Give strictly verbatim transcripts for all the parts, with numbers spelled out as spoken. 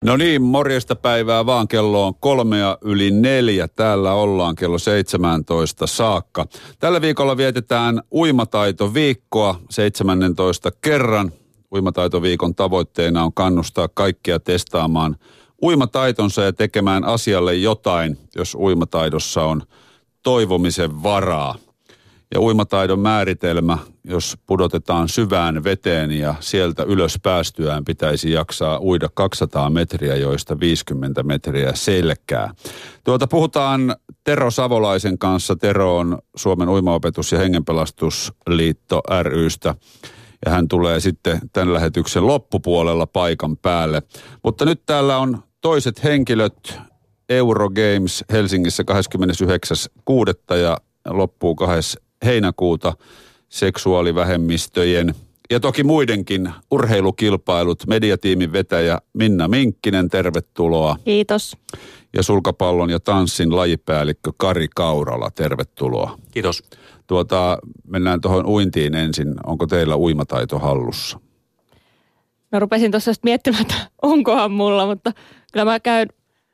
No niin, morjesta päivää vaan. Kello on kolmea yli neljä. Täällä ollaan kello seitsemäntoista saakka. Tällä viikolla vietetään uimataitoviikkoa seitsemännentoista kerran. Uimataitoviikon tavoitteena on kannustaa kaikkia testaamaan uimataitonsa ja tekemään asialle jotain, jos uimataidossa on toivomisen varaa. Ja uimataidon määritelmä, jos pudotetaan syvään veteen ja sieltä ylös päästyään pitäisi jaksaa uida kaksisataa metriä, joista viisikymmentä metriä selkää. Tuota puhutaan Tero Savolaisen kanssa. Tero on Suomen uimaopetus- ja hengenpelastusliitto ry:stä. Ja hän tulee sitten tämän lähetyksen loppupuolella paikan päälle. Mutta nyt täällä on toiset henkilöt. Eurogames Helsingissä kahdeskymmenesyhdeksäs kuudetta ja loppuu kahdeskymmenes heinäkuuta seksuaalivähemmistöjen ja toki muidenkin urheilukilpailut. Mediatiimin vetäjä Minna Minkkinen, tervetuloa. Kiitos. Ja sulkapallon ja tanssin lajipäällikkö Kari Kaurala, tervetuloa. Kiitos. Tuota, mennään tuohon uintiin ensin. Onko teillä uimataito hallussa? No rupesin tuossa miettimään, että onkohan mulla, mutta kyllä mä käyn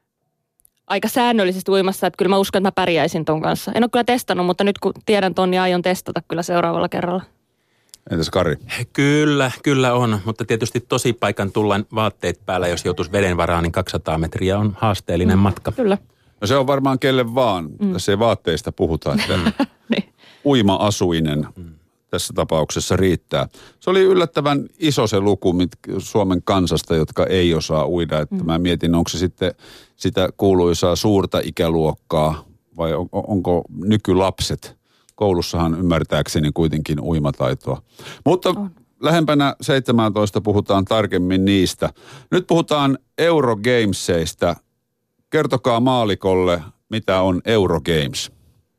aika säännöllisesti uimassa, että kyllä mä uskon, että mä pärjäisin ton kanssa. En ole kyllä testannut, mutta nyt kun tiedän ton, niin aion testata kyllä seuraavalla kerralla. Entäs Kari? Kyllä, kyllä on, mutta tietysti tosi paikan tullaan vaatteet päällä, jos joutuisi veden varaan, niin kaksisataa metriä on haasteellinen mm, matka. Kyllä. No se on varmaan kelle vaan. Mm. Tässä ei vaatteista puhuta, että niin. Uima-asuinen mm. tässä tapauksessa riittää. Se oli yllättävän iso se luku Suomen kansasta, jotka ei osaa uida. Että mm. mä mietin, onko se sitten sitä kuuluisaa suurta ikäluokkaa vai on, onko nykylapset? Koulussahan ymmärtääkseni kuitenkin uimataitoa. Mutta on. Lähempänä seitsemäntoista puhutaan tarkemmin niistä. Nyt puhutaan Eurogameseista. Kertokaa maalikolle, mitä on Eurogames.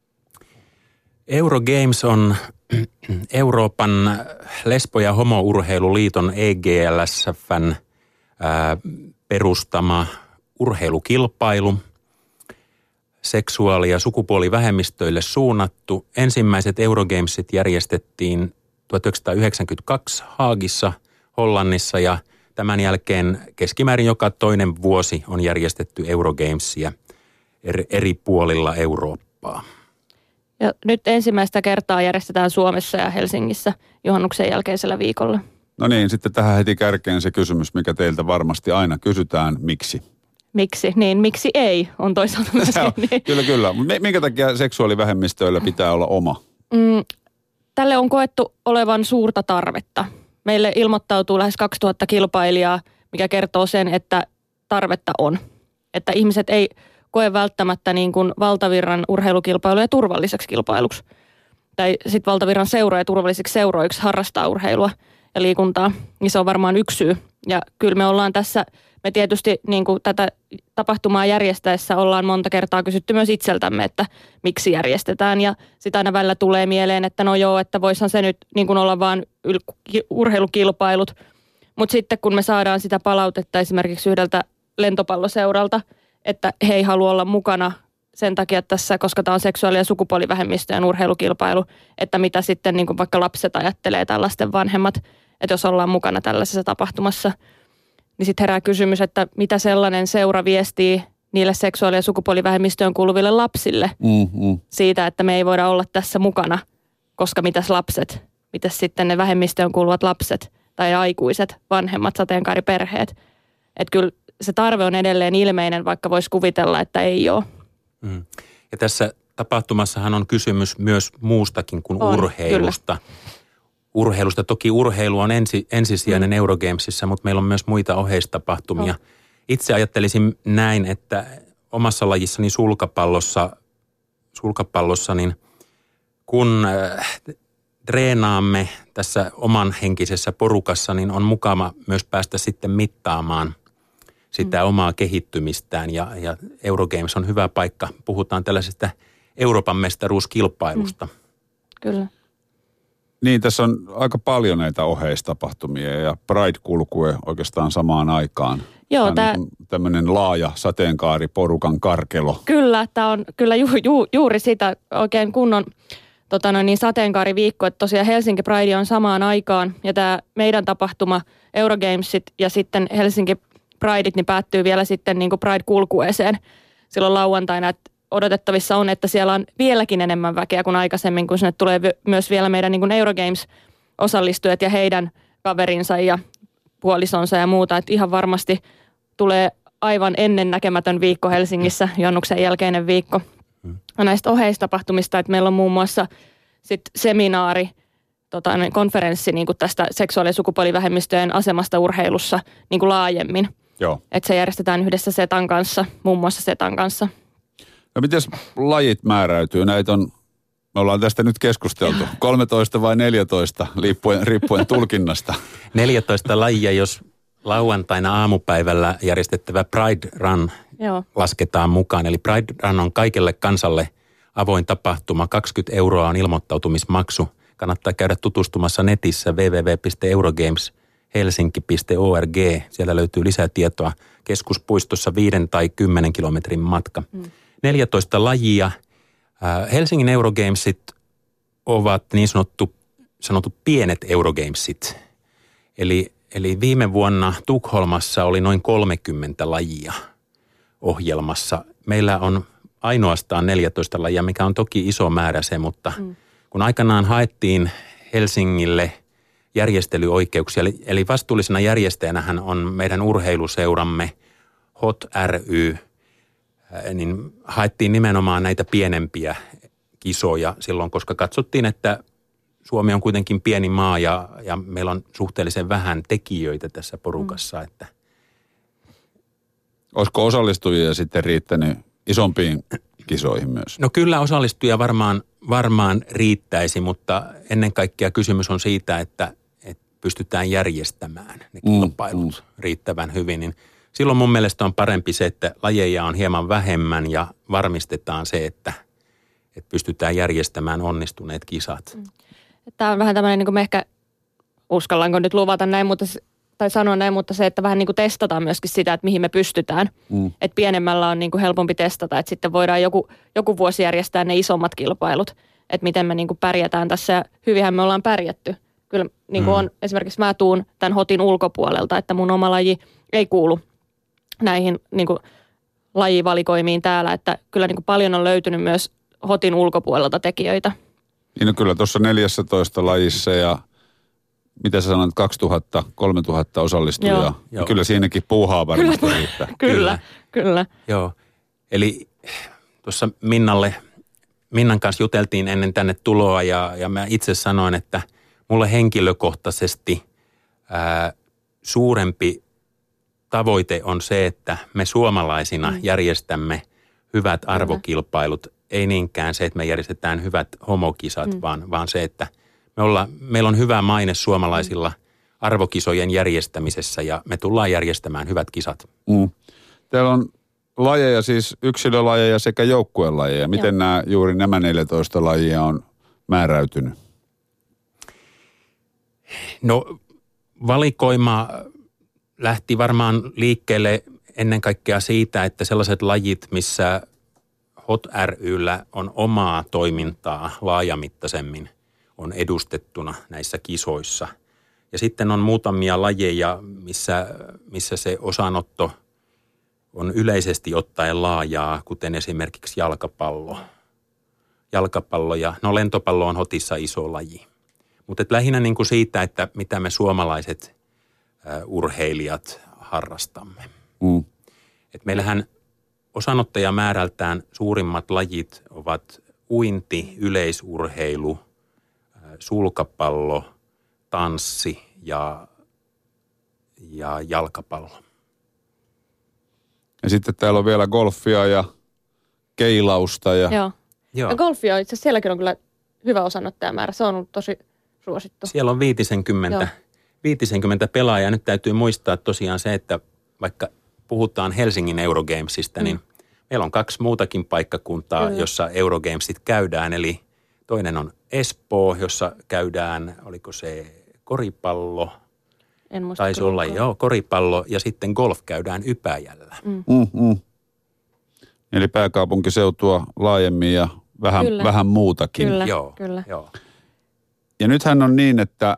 Eurogames on Euroopan lesbo- ja homourheiluliiton E G L S F:n ää, perustama urheilukilpailu, seksuaali- ja sukupuolivähemmistöille suunnattu. Ensimmäiset Eurogamesit järjestettiin tuhatyhdeksänsataayhdeksänkymmentäkaksi Haagissa, Hollannissa ja tämän jälkeen keskimäärin joka toinen vuosi on järjestetty Eurogamesia eri puolilla Eurooppaa. Ja nyt ensimmäistä kertaa järjestetään Suomessa ja Helsingissä juhannuksen jälkeisellä viikolla. No niin, sitten tähän heti kärkeen se kysymys, mikä teiltä varmasti aina kysytään, miksi? Miksi? Niin, miksi ei on toisaalta myöskin. on, niin. Kyllä, kyllä. Minkä takia seksuaalivähemmistöillä pitää olla oma? Mm, tälle on koettu olevan suurta tarvetta. Meille ilmoittautuu lähes kaksituhatta kilpailijaa, mikä kertoo sen, että tarvetta on. Että ihmiset ei koe välttämättä niin kuin valtavirran urheilukilpailuja turvalliseksi kilpailuksi. Tai sitten valtavirran seuroja turvallisiksi seuroiksi harrastaa urheilua ja liikuntaa. Niin se on varmaan yksi syy. Ja kyllä me ollaan tässä, me tietysti niin kuin tätä tapahtumaa järjestäessä ollaan monta kertaa kysytty myös itseltämme, että miksi järjestetään. Ja sitä aina välillä tulee mieleen, että no joo, että voisihan se nyt niin kuin olla vaan yl- urheilukilpailut. Mutta sitten kun me saadaan sitä palautetta esimerkiksi yhdeltä lentopalloseuralta, että he ei halua olla mukana sen takia tässä, koska tämä on seksuaali- ja sukupuolivähemmistöjen urheilukilpailu, että mitä sitten niin kuin vaikka lapset ajattelee tai lasten vanhemmat, että jos ollaan mukana tällaisessa tapahtumassa, niin sitten herää kysymys, että mitä sellainen seura viestii niille seksuaali- ja sukupuolivähemmistöön kuuluville lapsille mm-hmm. siitä, että me ei voida olla tässä mukana, koska mitäs lapset, mitäs sitten ne vähemmistöön kuuluvat lapset tai aikuiset, vanhemmat, sateenkaariperheet, että kyllä se tarve on edelleen ilmeinen, vaikka voisi kuvitella, että ei ole. Mm. Ja tässä tapahtumassahan on kysymys myös muustakin kuin on, urheilusta. Kyllä. Urheilusta. Toki urheilu on ensi, ensisijainen mm. Eurogamesissa, mutta meillä on myös muita oheistapahtumia. Oh. Itse ajattelisin näin, että omassa lajissani sulkapallossa, sulkapallossa niin kun äh, treenaamme tässä oman henkisessä porukassa, niin on mukava myös päästä sitten mittaamaan sitä mm. omaa kehittymistään. Ja, ja Eurogames on hyvä paikka. Puhutaan tällaisesta Euroopan mestaruuskilpailusta. Mm. Kyllä. Niin, tässä on aika paljon näitä oheistapahtumia ja Pride-kulkue oikeastaan samaan aikaan. Joo, tämä on tämmöinen laaja sateenkaariporukan karkelo. Kyllä, tämä on kyllä ju, ju, juuri sitä oikein kunnon tota noin, niin sateenkaariviikko, että tosiaan Helsinki Pride on samaan aikaan ja tämä meidän tapahtuma Eurogamesit ja sitten Helsinki Prideit, niin päättyy vielä sitten niin kuin Pride-kulkueeseen silloin lauantaina, että odotettavissa on, että siellä on vieläkin enemmän väkeä kuin aikaisemmin, kun sinne tulee myös vielä meidän niin kuin Eurogames-osallistujat ja heidän kaverinsa ja puolisonsa ja muuta, että ihan varmasti tulee aivan ennennäkemätön viikko Helsingissä, Jonnuksen jälkeinen viikko. Näistä oheistapahtumista, että meillä on muun muassa sit seminaari, tota, konferenssi niin kuin tästä seksuaali- ja sukupuolivähemmistöjen asemasta urheilussa niin kuin laajemmin. Joo. Että se järjestetään yhdessä Setan kanssa, muun muassa Setan kanssa. No miten lajit määräytyy? Näitä on, me ollaan tästä nyt keskusteltu, kolmetoista vai neljätoista, riippuen, riippuen tulkinnasta. neljätoista lajia, jos lauantaina aamupäivällä järjestettävä Pride Run Joo. lasketaan mukaan. Eli Pride Run on kaikelle kansalle avoin tapahtuma. kaksikymmentä euroa on ilmoittautumismaksu. Kannattaa käydä tutustumassa netissä double-u double-u double-u piste eurogames helsinki piste org. Siellä löytyy lisätietoa. Keskuspuistossa viiden tai kymmenen kilometrin matka. Mm. neljätoista lajia. Helsingin Eurogamesit ovat niin sanottu, sanottu pienet Eurogamesit. Eli, eli viime vuonna Tukholmassa oli noin kolmekymmentä lajia ohjelmassa. Meillä on ainoastaan neljätoista lajia, mikä on toki iso määrä se, mutta mm. kun aikanaan haettiin Helsingille järjestelyoikeuksia, eli, eli vastuullisena järjestäjänähän on meidän urheiluseuramme H O T ry, niin haettiin nimenomaan näitä pienempiä kisoja silloin, koska katsottiin, että Suomi on kuitenkin pieni maa ja, ja meillä on suhteellisen vähän tekijöitä tässä porukassa. Mm. Että olisiko osallistujia sitten riittänyt isompiin kisoihin myös? No kyllä osallistujia varmaan, varmaan riittäisi, mutta ennen kaikkea kysymys on siitä, että, että pystytään järjestämään ne kilpailut mm, mm. riittävän hyvin. Niin silloin mun mielestä on parempi se, että lajeja on hieman vähemmän ja varmistetaan se, että, että pystytään järjestämään onnistuneet kisat. Mm. Tämä on vähän tämmöinen, niin kuin me ehkä uskallanko nyt luvata näin, mutta, tai sanoa näin, mutta se, että vähän niin kuin testataan myöskin sitä, että mihin me pystytään. Mm. Että pienemmällä on niin kuin helpompi testata, että sitten voidaan joku, joku vuosi järjestää ne isommat kilpailut, että miten me niin kuin pärjätään tässä ja hyvinhän me ollaan pärjätty. Kyllä niin kuin mm. on, esimerkiksi mä tuun tämän hotin ulkopuolelta, että mun oma laji ei kuulu näihin niin kuin lajivalikoimiin täällä, että kyllä niin kuin paljon on löytynyt myös hotin ulkopuolelta tekijöitä. Niin no kyllä tuossa neljätoista lajissa ja mitä sä sanoit, kaksituhatta, kolmetuhatta osallistujaa. Joo. Joo. Kyllä siinäkin puuhaa varmasti kyllä, riittää. Kyllä, kyllä, kyllä. Joo, eli tuossa Minnalle, Minnan kanssa juteltiin ennen tänne tuloa ja, ja mä itse sanoin, että mulle henkilökohtaisesti ää, suurempi tavoite on se, että me suomalaisina mm. järjestämme hyvät arvokilpailut. Mm. Ei niinkään se, että me järjestetään hyvät homokisat, mm. vaan, vaan se, että me olla, meillä on hyvä maine suomalaisilla arvokisojen järjestämisessä ja me tullaan järjestämään hyvät kisat. Mm. Teillä on lajeja, siis yksilölajeja sekä joukkuelajeja. Miten Joo. nämä, juuri nämä neljätoista lajia on määräytynyt? No valikoima lähti varmaan liikkeelle ennen kaikkea siitä, että sellaiset lajit, missä H O T ry:llä on omaa toimintaa laajamittaisemmin, on edustettuna näissä kisoissa. Ja sitten on muutamia lajeja, missä, missä se osanotto on yleisesti ottaen laajaa, kuten esimerkiksi jalkapallo. Jalkapallo ja no lentopallo on hotissa iso laji. Mutta lähinnä niin kuin siitä, että mitä me suomalaiset uh, urheilijat harrastamme. Mm. Et meillähän osanottajamäärältään suurimmat lajit ovat uinti, yleisurheilu, sulkapallo, tanssi ja, ja jalkapallo. Ja sitten täällä on vielä golfia ja keilausta. Ja Joo. Joo. Ja golfia itse asiassa sielläkin on kyllä hyvä osanottajamäärä. Se on ollut tosi suosittu. Siellä on viitisenkymmentä, viitisenkymmentä pelaajaa. Nyt täytyy muistaa tosiaan se, että vaikka puhutaan Helsingin Eurogamesista, mm. niin meillä on kaksi muutakin paikkakuntaa, kyllä. jossa Eurogamesit käydään. Eli toinen on Espoo, jossa käydään, oliko se koripallo? En muista. Taisi olla, joo, koripallo ja sitten golf käydään Ypäjällä. Mm. Mm, mm. Eli pääkaupunkiseutua laajemmin ja vähän, vähän muutakin. Kyllä, joo, kyllä. Joo. Ja nythän on niin, että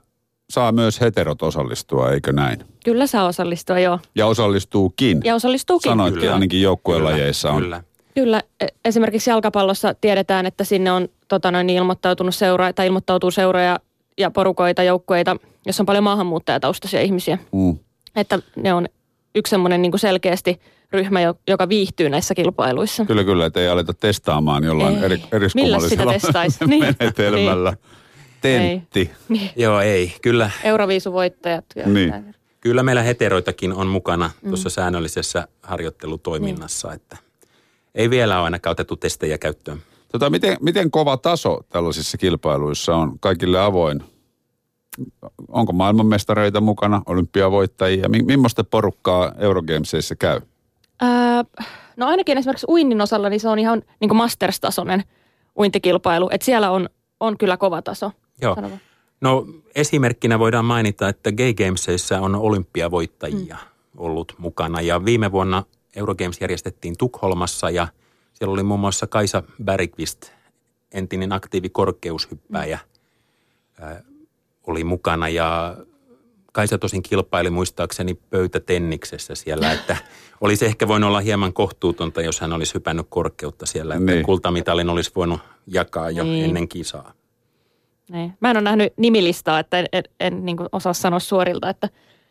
saa myös heterot osallistua, eikö näin? Kyllä saa osallistua, joo. Ja osallistuukin. Ja osallistuukin. Sanoit Kyllä. ainakin joukkuelajeissa on. Kyllä. Kyllä. Esimerkiksi jalkapallossa tiedetään, että sinne on tota noin, ilmoittautunut seura, tai ilmoittautuu seuroja ja porukoita, joukkueita, jossa on paljon maahanmuuttajataustaisia ihmisiä. Mm. Että ne on yksi semmoinen niin kuin selkeästi ryhmä, joka viihtyy näissä kilpailuissa. Kyllä, kyllä, että ei aleta testaamaan jollain Ei. eri, Millä sitä eriskummallisella testaisi? Niin. menetelmällä. Tentti. Niin. Joo, ei. Kyllä, Euroviisuvoittajat. Ja Niin. näin. kyllä meillä heteroitakin on mukana mm. tuossa säännöllisessä harjoittelutoiminnassa, niin. Että ei vielä ole ainakaan otettu testejä käyttöön. Tota, miten, miten kova taso tällaisissa kilpailuissa on kaikille avoin? Onko maailmanmestareita mukana, olympiavoittajia? Mi- millaista porukkaa Eurogamesissa käy? Ää, no ainakin esimerkiksi uinnin osalla niin se on ihan niin kuin masters-tasoinen uintikilpailu. Että siellä on, on kyllä kova taso. Joo. Sanova. No esimerkkinä voidaan mainita, että Gay Gamesissa on olympiavoittajia mm. ollut mukana. Ja viime vuonna Eurogames järjestettiin Tukholmassa ja siellä oli muun muassa Kaisa Bergqvist, entinen aktiivi korkeushyppääjä, mm. äh, oli mukana. Ja Kaisa tosin kilpaili muistaakseni pöytätenniksessä siellä, että olisi ehkä voinut olla hieman kohtuutonta, jos hän olisi hypännyt korkeutta siellä. Että niin. Kultamitalin olisi voinut jakaa jo niin. ennen kisaa. Niin. Mä en ole nähnyt nimilistaa, että en, en, en niin kuin osaa sanoa suorilta, että...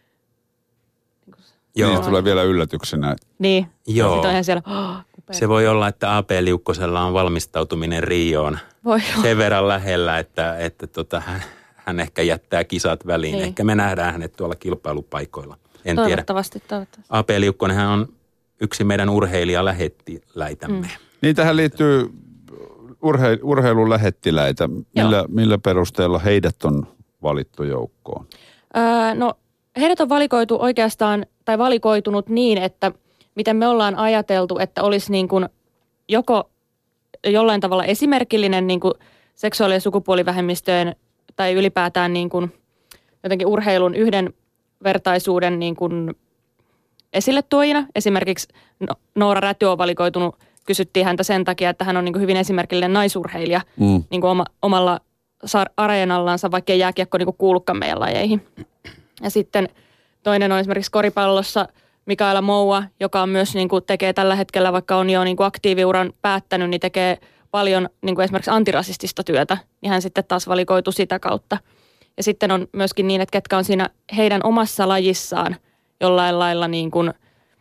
Joo. Niin, tulee vielä yllätyksenä. Niin. Joo. Sitten on ihan siellä... Oh, se voi olla, että A P Liukkosella on valmistautuminen Rioon voi sen verran lähellä, että, että tota, hän, hän ehkä jättää kisat väliin. Niin. Ehkä me nähdään hänet tuolla kilpailupaikoilla. En tiedä. Toivottavasti, toivottavasti. A P Liukkonenhan on yksi meidän urheilijalähettiläitämme. Mm. Niin tähän liittyy urhe, urheilun lähettiläitä. Millä, millä perusteella heidät on valittu joukkoon? Öö, no heidät on valikoitu oikeastaan, tai valikoitunut niin, että miten me ollaan ajateltu, että olisi niin kuin joko jollain tavalla esimerkillinen niin kuin seksuaali- ja sukupuolivähemmistöjen tai ylipäätään niin kuin jotenkin urheilun yhdenvertaisuuden niin kuin esille tuojina. Esimerkiksi Noora Räty on valikoitunut, kysyttiin häntä sen takia, että hän on niin kuin hyvin esimerkillinen naisurheilija mm. niin kuin oma, omalla areenallansa, vaikka ei jääkiekko niin kuin kuulukaan meidän lajeihin. Ja sitten toinen on esimerkiksi koripallossa Mikaela Moua, joka on myös niin kuin tekee tällä hetkellä, vaikka on jo niin kuin aktiiviuran päättänyt, niin tekee paljon niin kuin esimerkiksi antirasistista työtä, niin hän sitten taas valikoitu sitä kautta. Ja sitten on myöskin niin, että ketkä on siinä heidän omassa lajissaan jollain lailla niin kuin,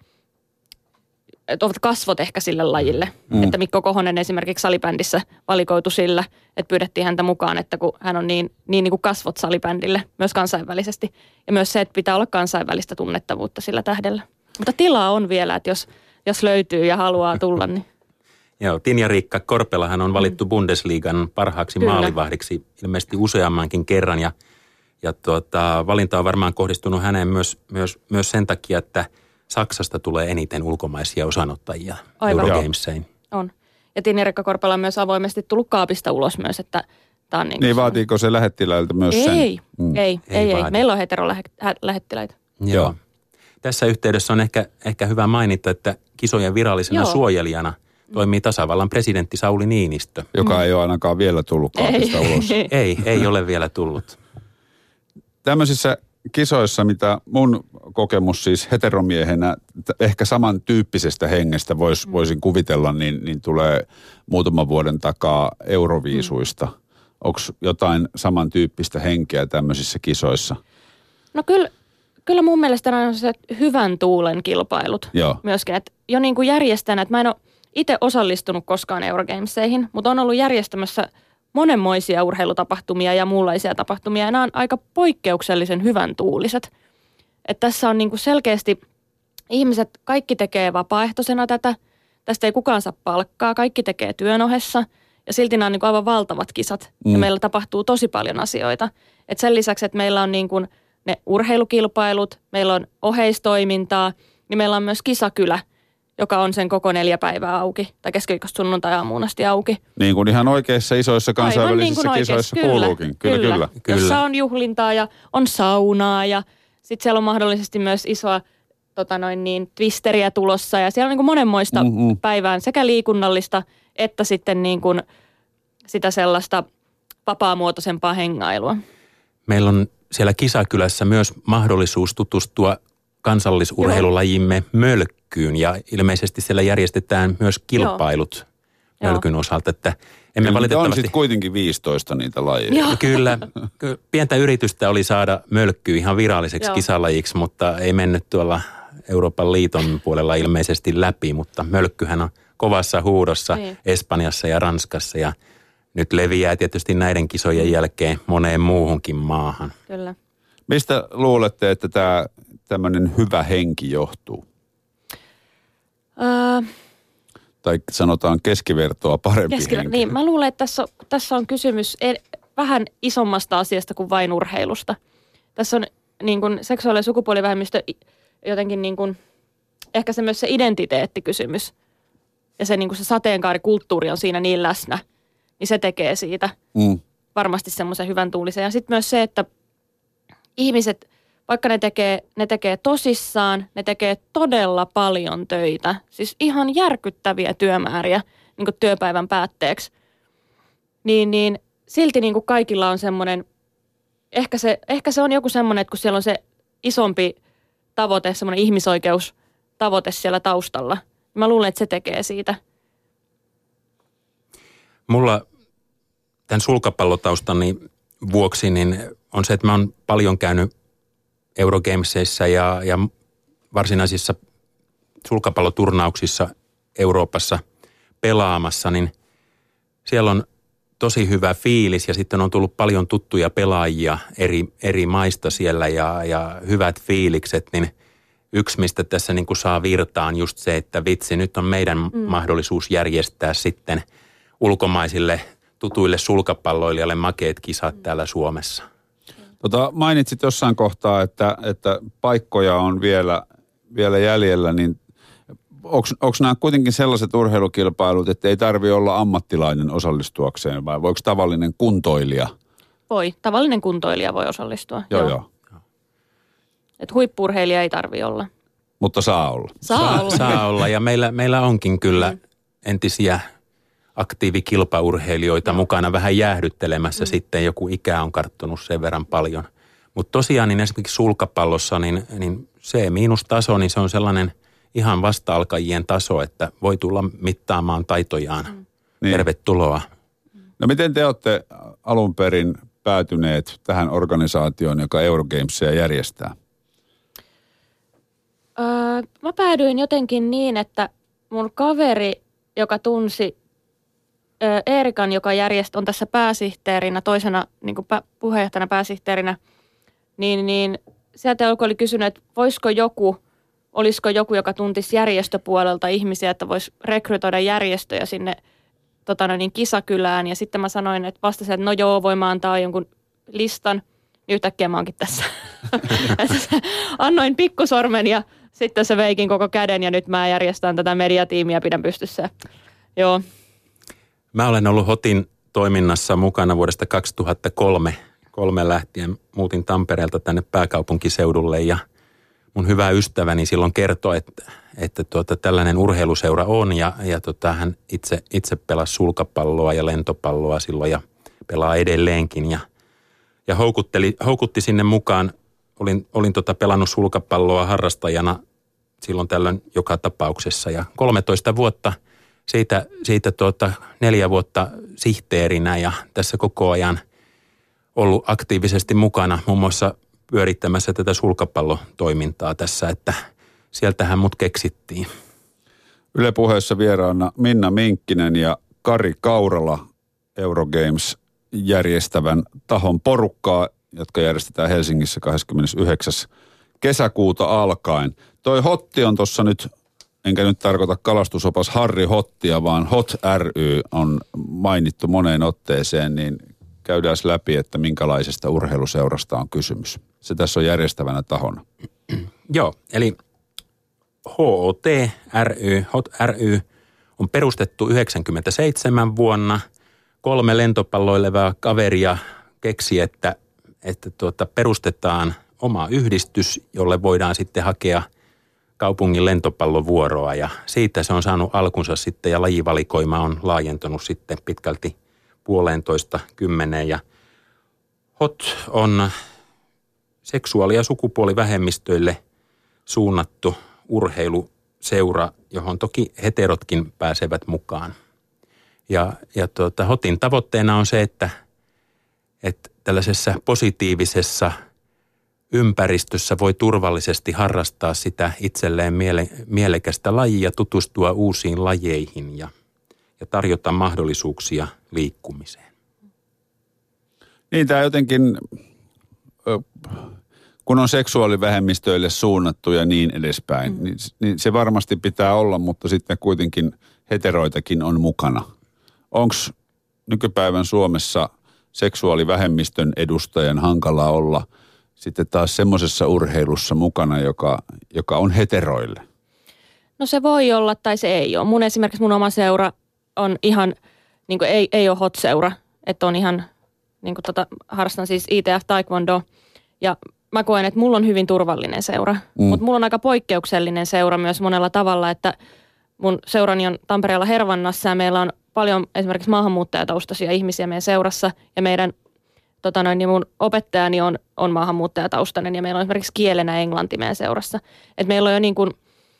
että ovat kasvot ehkä sille lajille. Mm. Että Mikko Kohonen esimerkiksi salibändissä valikoitu sillä, että pyydettiin häntä mukaan, että kun hän on niin, niin, niin kuin kasvot salibändille myös kansainvälisesti. Ja myös se, että pitää olla kansainvälistä tunnettavuutta sillä tähdellä. Mutta tilaa on vielä, että jos, jos löytyy ja haluaa tulla, niin... Joo, Tinja-Riikka Korpelahan on valittu mm. Bundesliigan parhaaksi Kyllä. maalivahdiksi ilmeisesti useammankin kerran. Ja, ja tuota, valinta on varmaan kohdistunut häneen myös, myös, myös sen takia, että Saksasta tulee eniten ulkomaisia osanottajia Eurogameseihin. On. Ja Tinja-Riikka Korpela on myös avoimesti tullut kaapista ulos myös, että tämä on niin Niin, vaatiiko se lähettiläiltä myös ei, sen? Ei, mm. ei, ei, ei. Meillä on heterolähettiläitä. Joo. Joo. Tässä yhteydessä on ehkä, ehkä hyvä mainita, että kisojen virallisena Joo. suojelijana toimii tasavallan presidentti Sauli Niinistö. Joka mm. ei ole ainakaan vielä tullut kaapista ei. ulos. ei, ei ole vielä tullut. Tämmöisissä kisoissa, mitä mun kokemus siis heteromiehenä, ehkä samantyyppisestä hengestä vois, mm. voisin kuvitella, niin, niin tulee muutaman vuoden takaa euroviisuista. Mm. Onko jotain samantyyppistä henkeä tämmöisissä kisoissa? No kyllä, kyllä mun mielestä on se hyvän tuulen kilpailut Joo. myöskin. Että jo niin kuin järjestäjänä, että mä en ole itse osallistunut koskaan Eurogameseihin, mutta on ollut järjestämässä monenmoisia urheilutapahtumia ja muunlaisia tapahtumia. Ja nämä on aika poikkeuksellisen hyvän tuuliset. Että tässä on niin kuin selkeästi ihmiset, kaikki tekee vapaaehtoisena tätä. Tästä ei kukaan saa palkkaa, kaikki tekee työn ohessa. Ja silti nämä on niin kuin aivan valtavat kisat. Mm. Ja meillä tapahtuu tosi paljon asioita. Et sen lisäksi, että meillä on niin kuin ne urheilukilpailut, meillä on oheistoimintaa, niin meillä on myös kisakylä, joka on sen koko neljä päivää auki, tai keskiviikosta sunnuntai-aamuun asti auki. Niin kuin ihan oikeissa isoissa kansainvälisissä niin kisoissa kyllä, kuuluukin. Kyllä, kyllä, kyllä. kyllä. Jossa on juhlintaa ja on saunaa ja sitten siellä on mahdollisesti myös isoa tota noin niin, twisteriä tulossa. Ja siellä on niin kuin monenmoista mm-hmm. päivään sekä liikunnallista että sitten niin kuin sitä sellaista vapaamuotoisempaa hengailua. Meillä on siellä Kisakylässä myös mahdollisuus tutustua kansallisurheilulajimme mölkkyyn ja ilmeisesti siellä järjestetään myös kilpailut Joo. mölkyn osalta, että emme ja valitettavasti... on sitten kuitenkin viisitoista niitä lajeja. Joo. Kyllä, pientä yritystä oli saada mölkky ihan viralliseksi Joo. kisalajiksi, mutta ei mennyt tuolla Euroopan liiton puolella ilmeisesti läpi, mutta mölkkyhän on kovassa huudossa niin. Espanjassa ja Ranskassa ja nyt leviää tietysti näiden kisojen jälkeen moneen muuhunkin maahan. Kyllä. Mistä luulette, että tämä tämmöinen hyvä henki johtuu? Öö, tai sanotaan keskivertoa parempi keskivä, henki. Niin, mä luulen, että tässä on, tässä on kysymys vähän isommasta asiasta kuin vain urheilusta. Tässä on niin kuin seksuaali- ja sukupuolivähemmistö jotenkin niin kuin, ehkä se myös se identiteettikysymys. Ja se, niin kuin se sateenkaarikulttuuri on siinä niin läsnä, niin se tekee siitä mm. varmasti semmoisen hyvän tuulisen. Ja sitten myös se, että ihmiset, vaikka ne tekee, ne tekee tosissaan, ne tekee todella paljon töitä, siis ihan järkyttäviä työmääriä niin kuin työpäivän päätteeksi, niin, niin silti niin kuin kaikilla on semmoinen, ehkä se, ehkä se on joku semmoinen, että kun siellä on se isompi tavoite, semmoinen ihmisoikeustavoite siellä taustalla, niin mä luulen, että se tekee siitä. Mulla tämän sulkapallotaustani vuoksi niin on se, että mä oon paljon käynyt Eurogamesissa ja, ja varsinaisissa sulkapalloturnauksissa Euroopassa pelaamassa, niin siellä on tosi hyvä fiilis ja sitten on tullut paljon tuttuja pelaajia eri, eri maista siellä ja, ja hyvät fiilikset, niin yksi, mistä tässä niin kuin saa virtaan just se, että vitsi, nyt on meidän mm. mahdollisuus järjestää sitten ulkomaisille tutuille sulkapalloilijalle makeat kisat mm. täällä Suomessa. Tota, mainitsit jossain kohtaa, että, että paikkoja on vielä, vielä jäljellä, niin onko nämä kuitenkin sellaiset urheilukilpailut, että ei tarvitse olla ammattilainen osallistuakseen, vai voiko tavallinen kuntoilija? Voi, tavallinen kuntoilija voi osallistua. Joo, joo. joo. Että huippu-urheilija ei tarvitse olla. Mutta saa olla. Saa, saa olla. Saa olla, ja meillä, meillä onkin kyllä mm. entisiä aktiivikilpaurheilijoita mukana vähän jäähdyttelemässä, mm. sitten joku ikä on karttunut sen verran paljon. Mutta tosiaan niin esimerkiksi sulkapallossa, niin, niin C-taso, niin se on sellainen ihan vasta-alkajien taso, että voi tulla mittaamaan taitojaan. Mm. Tervetuloa. No miten te olette alun perin päätyneet tähän organisaatioon, joka Eurogamesia järjestää? Öö, mä päädyin jotenkin niin, että mun kaveri, joka tunsi Eerikan, joka järjest, on tässä pääsihteerinä, toisena niin kuin pä, puheenjohtajana pääsihteerinä, niin, niin sieltä oli kysynyt, että voisiko joku, olisiko joku, joka tuntisi järjestöpuolelta ihmisiä, että voisi rekrytoida järjestöjä sinne tota, niin Kisakylään. Ja sitten mä sanoin, että vastasin, että no joo, voin mä antaa jonkun listan. Niin yhtäkkiä mä oonkin tässä. Annoin pikkusormen ja sitten se veikin koko käden ja nyt mä järjestän tätä mediatiimiä ja pidän pystyssä. Joo. Mä olen ollut Hotin toiminnassa mukana vuodesta kaksituhattakolme kolme lähtien. Muutin Tampereelta tänne pääkaupunkiseudulle ja mun hyvä ystäväni silloin kertoi, että, että tuota, tällainen urheiluseura on ja, ja tota, hän itse, itse pelasi sulkapalloa ja lentopalloa silloin ja pelaa edelleenkin ja, ja houkutteli, houkutti sinne mukaan. Olin, olin tota pelannut sulkapalloa harrastajana silloin tällöin joka tapauksessa ja kolmetoista vuotta Siitä, siitä tuota, neljä vuotta sihteerinä ja tässä koko ajan ollut aktiivisesti mukana muun muassa pyörittämässä tätä sulkapallotoimintaa tässä, että sieltähän mut keksittiin. Yle Puheessa vieraana Minna Minkkinen ja Kari Kaurala Eurogames järjestävän tahon porukkaa, jotka järjestetään Helsingissä kahdeskymmenesyhdeksäs kesäkuuta alkaen. Toi Hotti on tuossa nyt, enkä nyt tarkoita kalastusopas Harri Hottia, vaan Hot ry on mainittu moneen otteeseen, niin käydään läpi, että minkälaisesta urheiluseurasta on kysymys. Se tässä on järjestävänä tahona. Joo, eli H O T ry, Hot ry on perustettu yhdeksänkymmentäseitsemän vuonna. Kolme lentopalloilevaa kaveria keksi, että, että tuota, perustetaan oma yhdistys, jolle voidaan sitten hakea kaupungin lentopallovuoroa ja siitä se on saanut alkunsa sitten ja lajivalikoima on laajentunut sitten pitkälti puolentoista kymmeneen ja Hot on seksuaali- ja sukupuolivähemmistöille suunnattu urheiluseura, johon toki heterotkin pääsevät mukaan. Ja, ja tuota, Hotin tavoitteena on se, että, että tällaisessa positiivisessa ympäristössä voi turvallisesti harrastaa sitä itselleen miele, mielekästä lajia, tutustua uusiin lajeihin ja, ja tarjota mahdollisuuksia liikkumiseen. Niin, tämä jotenkin, kun on seksuaalivähemmistöille suunnattu ja niin edespäin, mm. niin, niin se varmasti pitää olla, mutta sitten kuitenkin heteroitakin on mukana. Onko nykypäivän Suomessa seksuaalivähemmistön edustajan hankalaa olla sitten taas semmoisessa urheilussa mukana, joka, joka on heteroille? No se voi olla tai se ei ole. Mun esimerkiksi mun oma seura on ihan, niin kuin ei, ei ole hot-seura, että on ihan, niin kuin tota, harrastan siis I T F Taekwondo ja mä koen, että mulla on hyvin turvallinen seura, mm. mutta mulla on aika poikkeuksellinen seura myös monella tavalla, että mun seurani on Tampereella Hervannassa ja meillä on paljon esimerkiksi maahanmuuttajataustaisia ihmisiä meidän seurassa ja meidän tota noin, niin mun opettajani on, on maahanmuuttajataustainen ja meillä on esimerkiksi kielenä englanti meidän seurassa. Et meillä on jo niin kuin,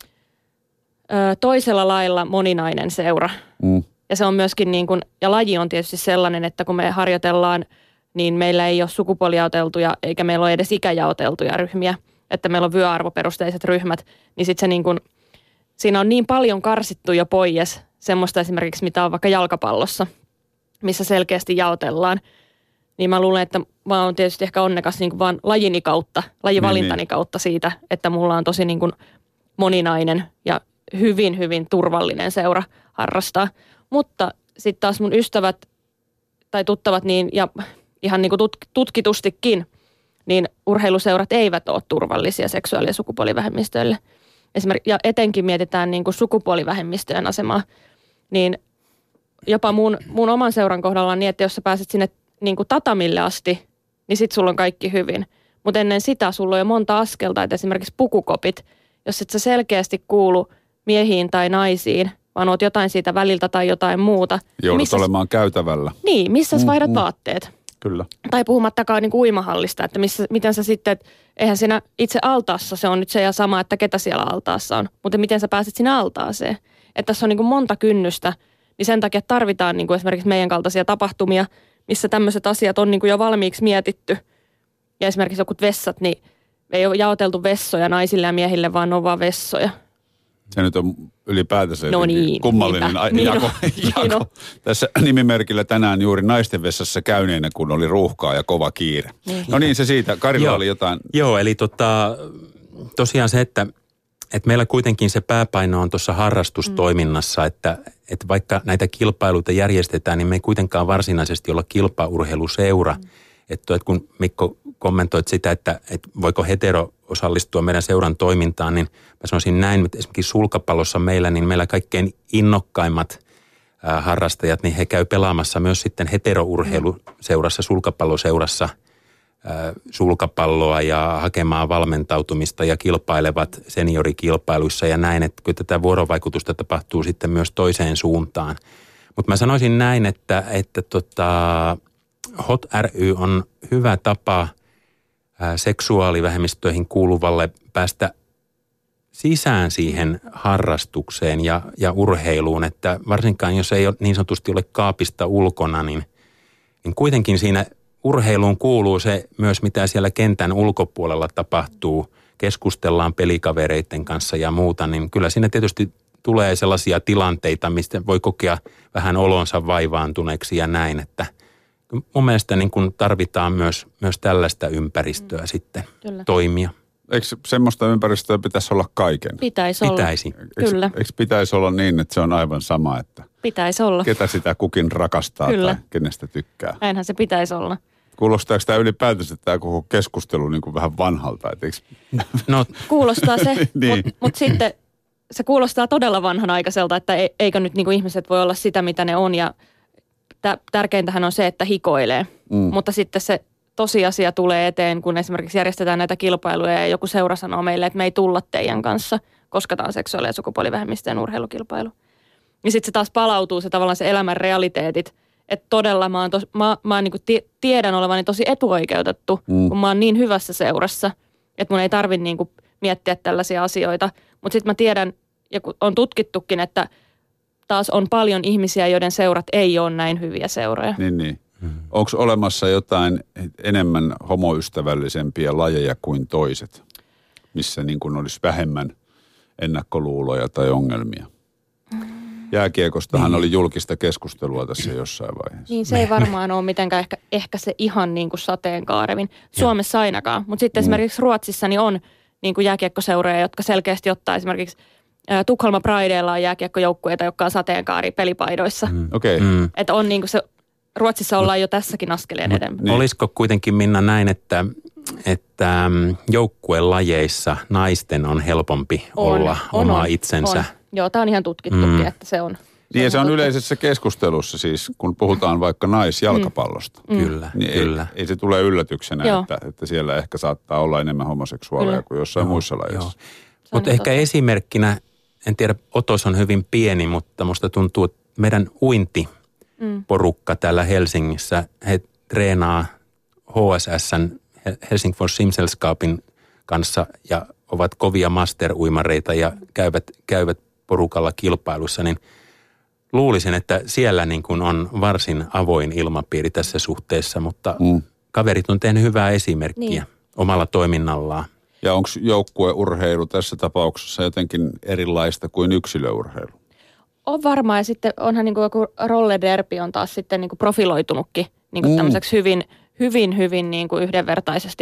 ö, toisella lailla moninainen seura. Mm. Ja se on myöskin niin kuin, ja laji on tietysti sellainen, että kun me harjoitellaan, niin meillä ei ole sukupuolijaoteltuja eikä meillä ole edes ikäjaoteltuja ryhmiä. Että meillä on vyöarvoperusteiset ryhmät, niin sitten se niin kuin, siinä on niin paljon karsittu jo pois semmoista esimerkiksi, mitä on vaikka jalkapallossa, missä selkeästi jaotellaan. Niin mä luulen, että mä oon tietysti ehkä onnekas niin kuin vaan lajini kautta, lajivalintani niin, niin. kautta siitä, että mulla on tosi niin kuin moninainen ja hyvin, hyvin turvallinen seura harrastaa. Mutta sitten taas mun ystävät tai tuttavat niin, ja ihan niin kuin tutkitustikin, niin urheiluseurat eivät ole turvallisia seksuaali- ja sukupuolivähemmistöille. Esimerkiksi, ja etenkin mietitään niin kuin sukupuolivähemmistöjen asemaa, niin jopa mun, mun oman seuran kohdalla on niin, että jos sä pääset sinne niin kuin tatamille asti, niin sit sulla on kaikki hyvin. Mutta ennen sitä sulla on jo monta askelta, että esimerkiksi pukukopit, jos et sä selkeästi kuulu miehiin tai naisiin, vaan oot jotain siitä väliltä tai jotain muuta. Joudut missä, olemaan käytävällä. Niin, missä sä vaihdat mm, mm. vaatteet. Kyllä. Tai puhumattakaan niin kuin uimahallista, että missä, miten sä sitten, että eihän siinä itse altaassa se on nyt se ja sama, että ketä siellä altaassa on. Mutta miten sä pääset sinne altaaseen. Että tässä on niin kuin monta kynnystä, niin sen takia tarvitaan niin kuin esimerkiksi meidän kaltaisia tapahtumia, missä tämmöiset asiat on niin kuin jo valmiiksi mietitty. Ja esimerkiksi jokut vessat, niin ei ole jaoteltu vessoja naisille ja miehille, vaan ne on vaan vessoja. Se nyt on ylipäätänsä no niin, kummallinen a- niin jako. no, jako. niin no. Tässä nimimerkillä tänään juuri naisten vessassa käyneenä, kun oli ruuhkaa ja kova kiire. Niin. No niin, se siitä. Karilla oli jotain. Joo, eli tota, tosiaan se, että, että meillä kuitenkin se pääpaino on tuossa harrastustoiminnassa, mm. että, että vaikka näitä kilpailuita järjestetään, niin me ei kuitenkaan varsinaisesti olla kilpaurheiluseura. Mm. Että, että kun Mikko kommentoit sitä, että, että voiko hetero osallistua meidän seuran toimintaan, niin mä sanoisin näin, että esimerkiksi sulkapallossa meillä, niin meillä kaikkein innokkaimmat ää, harrastajat, niin he käy pelaamassa myös sitten heterourheiluseurassa, sulkapalloseurassa ää, sulkapalloa ja hakemaan valmentautumista ja kilpailevat seniorikilpailuissa ja näin, että kyllä tätä vuorovaikutusta tapahtuu sitten myös toiseen suuntaan. Mutta mä sanoisin näin, että, että tota, H O T ry on hyvä tapa seksuaalivähemmistöihin kuuluvalle päästä sisään siihen harrastukseen ja, ja urheiluun, että varsinkaan jos ei ole, niin sanotusti ole kaapista ulkona, niin, niin kuitenkin siinä urheiluun kuuluu se myös, mitä siellä kentän ulkopuolella tapahtuu, keskustellaan pelikavereiden kanssa ja muuta, niin kyllä siinä tietysti tulee sellaisia tilanteita, mistä voi kokea vähän olonsa vaivaantuneeksi ja näin, että mun mielestä niin kuin tarvitaan myös, myös tällaista ympäristöä mm. sitten Kyllä. toimia. Eikö semmoista ympäristöä pitäisi olla kaiken? Pitäisi olla. Pitäisi. Eikö, Kyllä. Eikö pitäisi olla niin, että se on aivan sama, että pitäisi olla. Ketä sitä kukin rakastaa Kyllä. tai kenestä tykkää? Näinhän se pitäisi olla. Kuulostaako tämä ylipäätänsä tämä koko keskustelu niin kuin vähän vanhalta? Et eikö... No, kuulostaa se, niin. mutta mut sitten se kuulostaa todella vanhanaikaiselta, että eikö nyt niin kuin ihmiset voi olla sitä, mitä ne on ja tärkeintähän on se, että hikoilee, mm. mutta sitten se tosiasia tulee eteen, kun esimerkiksi järjestetään näitä kilpailuja ja joku seura sanoo meille, että me ei tulla teidän kanssa, koska tämä on seksuaali- ja sukupuolivähemmistöjen urheilukilpailu. Ja sitten se taas palautuu se tavallaan se elämän realiteetit, että todella mä, oon tos, mä, mä oon niin kuin t- tiedän olevani tosi etuoikeutettu, mm. kun mä oon niin hyvässä seurassa, että mun ei tarvitse niin kuin miettiä tällaisia asioita. Mutta sitten mä tiedän, ja kun on tutkittukin, että taas on paljon ihmisiä, joiden seurat ei ole näin hyviä seuroja. Niin, niin. Hmm. Onko olemassa jotain enemmän homoystävällisempiä lajeja kuin toiset, missä niin kuin olisi vähemmän ennakkoluuloja tai ongelmia? Jääkiekostahan niin. oli julkista keskustelua tässä jossain vaiheessa. Niin, se ei varmaan ole mitenkään ehkä, ehkä se ihan niin kuin sateenkaarevin. Suomessa ainakaan, mutta sitten mm. esimerkiksi Ruotsissa niin on niin kuin jääkiekkoseuroja, jotka selkeästi ottaa esimerkiksi ä, Tukholma Prideilla on jääkiekkojoukkueita, jotka on sateenkaari pelipaidoissa. Mm. Okei. Okay. Mm. Että on niin kuin se, Ruotsissa ollaan jo tässäkin askeleen edemmän. Niin. Olisiko kuitenkin, Minna, näin, että, että joukkuelajeissa naisten on helpompi on, olla on, omaa on, itsensä? On. Joo, tämä on ihan tutkittukin, mm. että se on. Se niin ja se on totta. Yleisessä keskustelussa siis, kun puhutaan vaikka naisjalkapallosta. Mm. Kyllä, niin kyllä. Ei, ei se tule yllätyksenä, että, että siellä ehkä saattaa olla enemmän homoseksuaaleja kyllä. kuin jossain joo, muissa lajeissa. Mutta ehkä totta. Esimerkkinä, en tiedä, otos on hyvin pieni, mutta musta tuntuu, että meidän uintiporukka mm. täällä Helsingissä, he treenaa H S S:n Helsingfors Simsällskapin kanssa ja ovat kovia master-uimareita ja käyvät, käyvät porukalla kilpailussa, niin luulisin, että siellä niin kuin on varsin avoin ilmapiiri tässä suhteessa, mutta mm. kaverit on tehnyt hyvää esimerkkiä niin. omalla toiminnallaan. Ja onko joukkueurheilu tässä tapauksessa jotenkin erilaista kuin yksilöurheilu? On varmaan, ja sitten onhan niin kuin joku roller-derby on taas sitten niin kuin profiloitunutkin niin kuin mm. tämmöiseksi hyvin, hyvin, hyvin niin kuin yhdenvertaisesti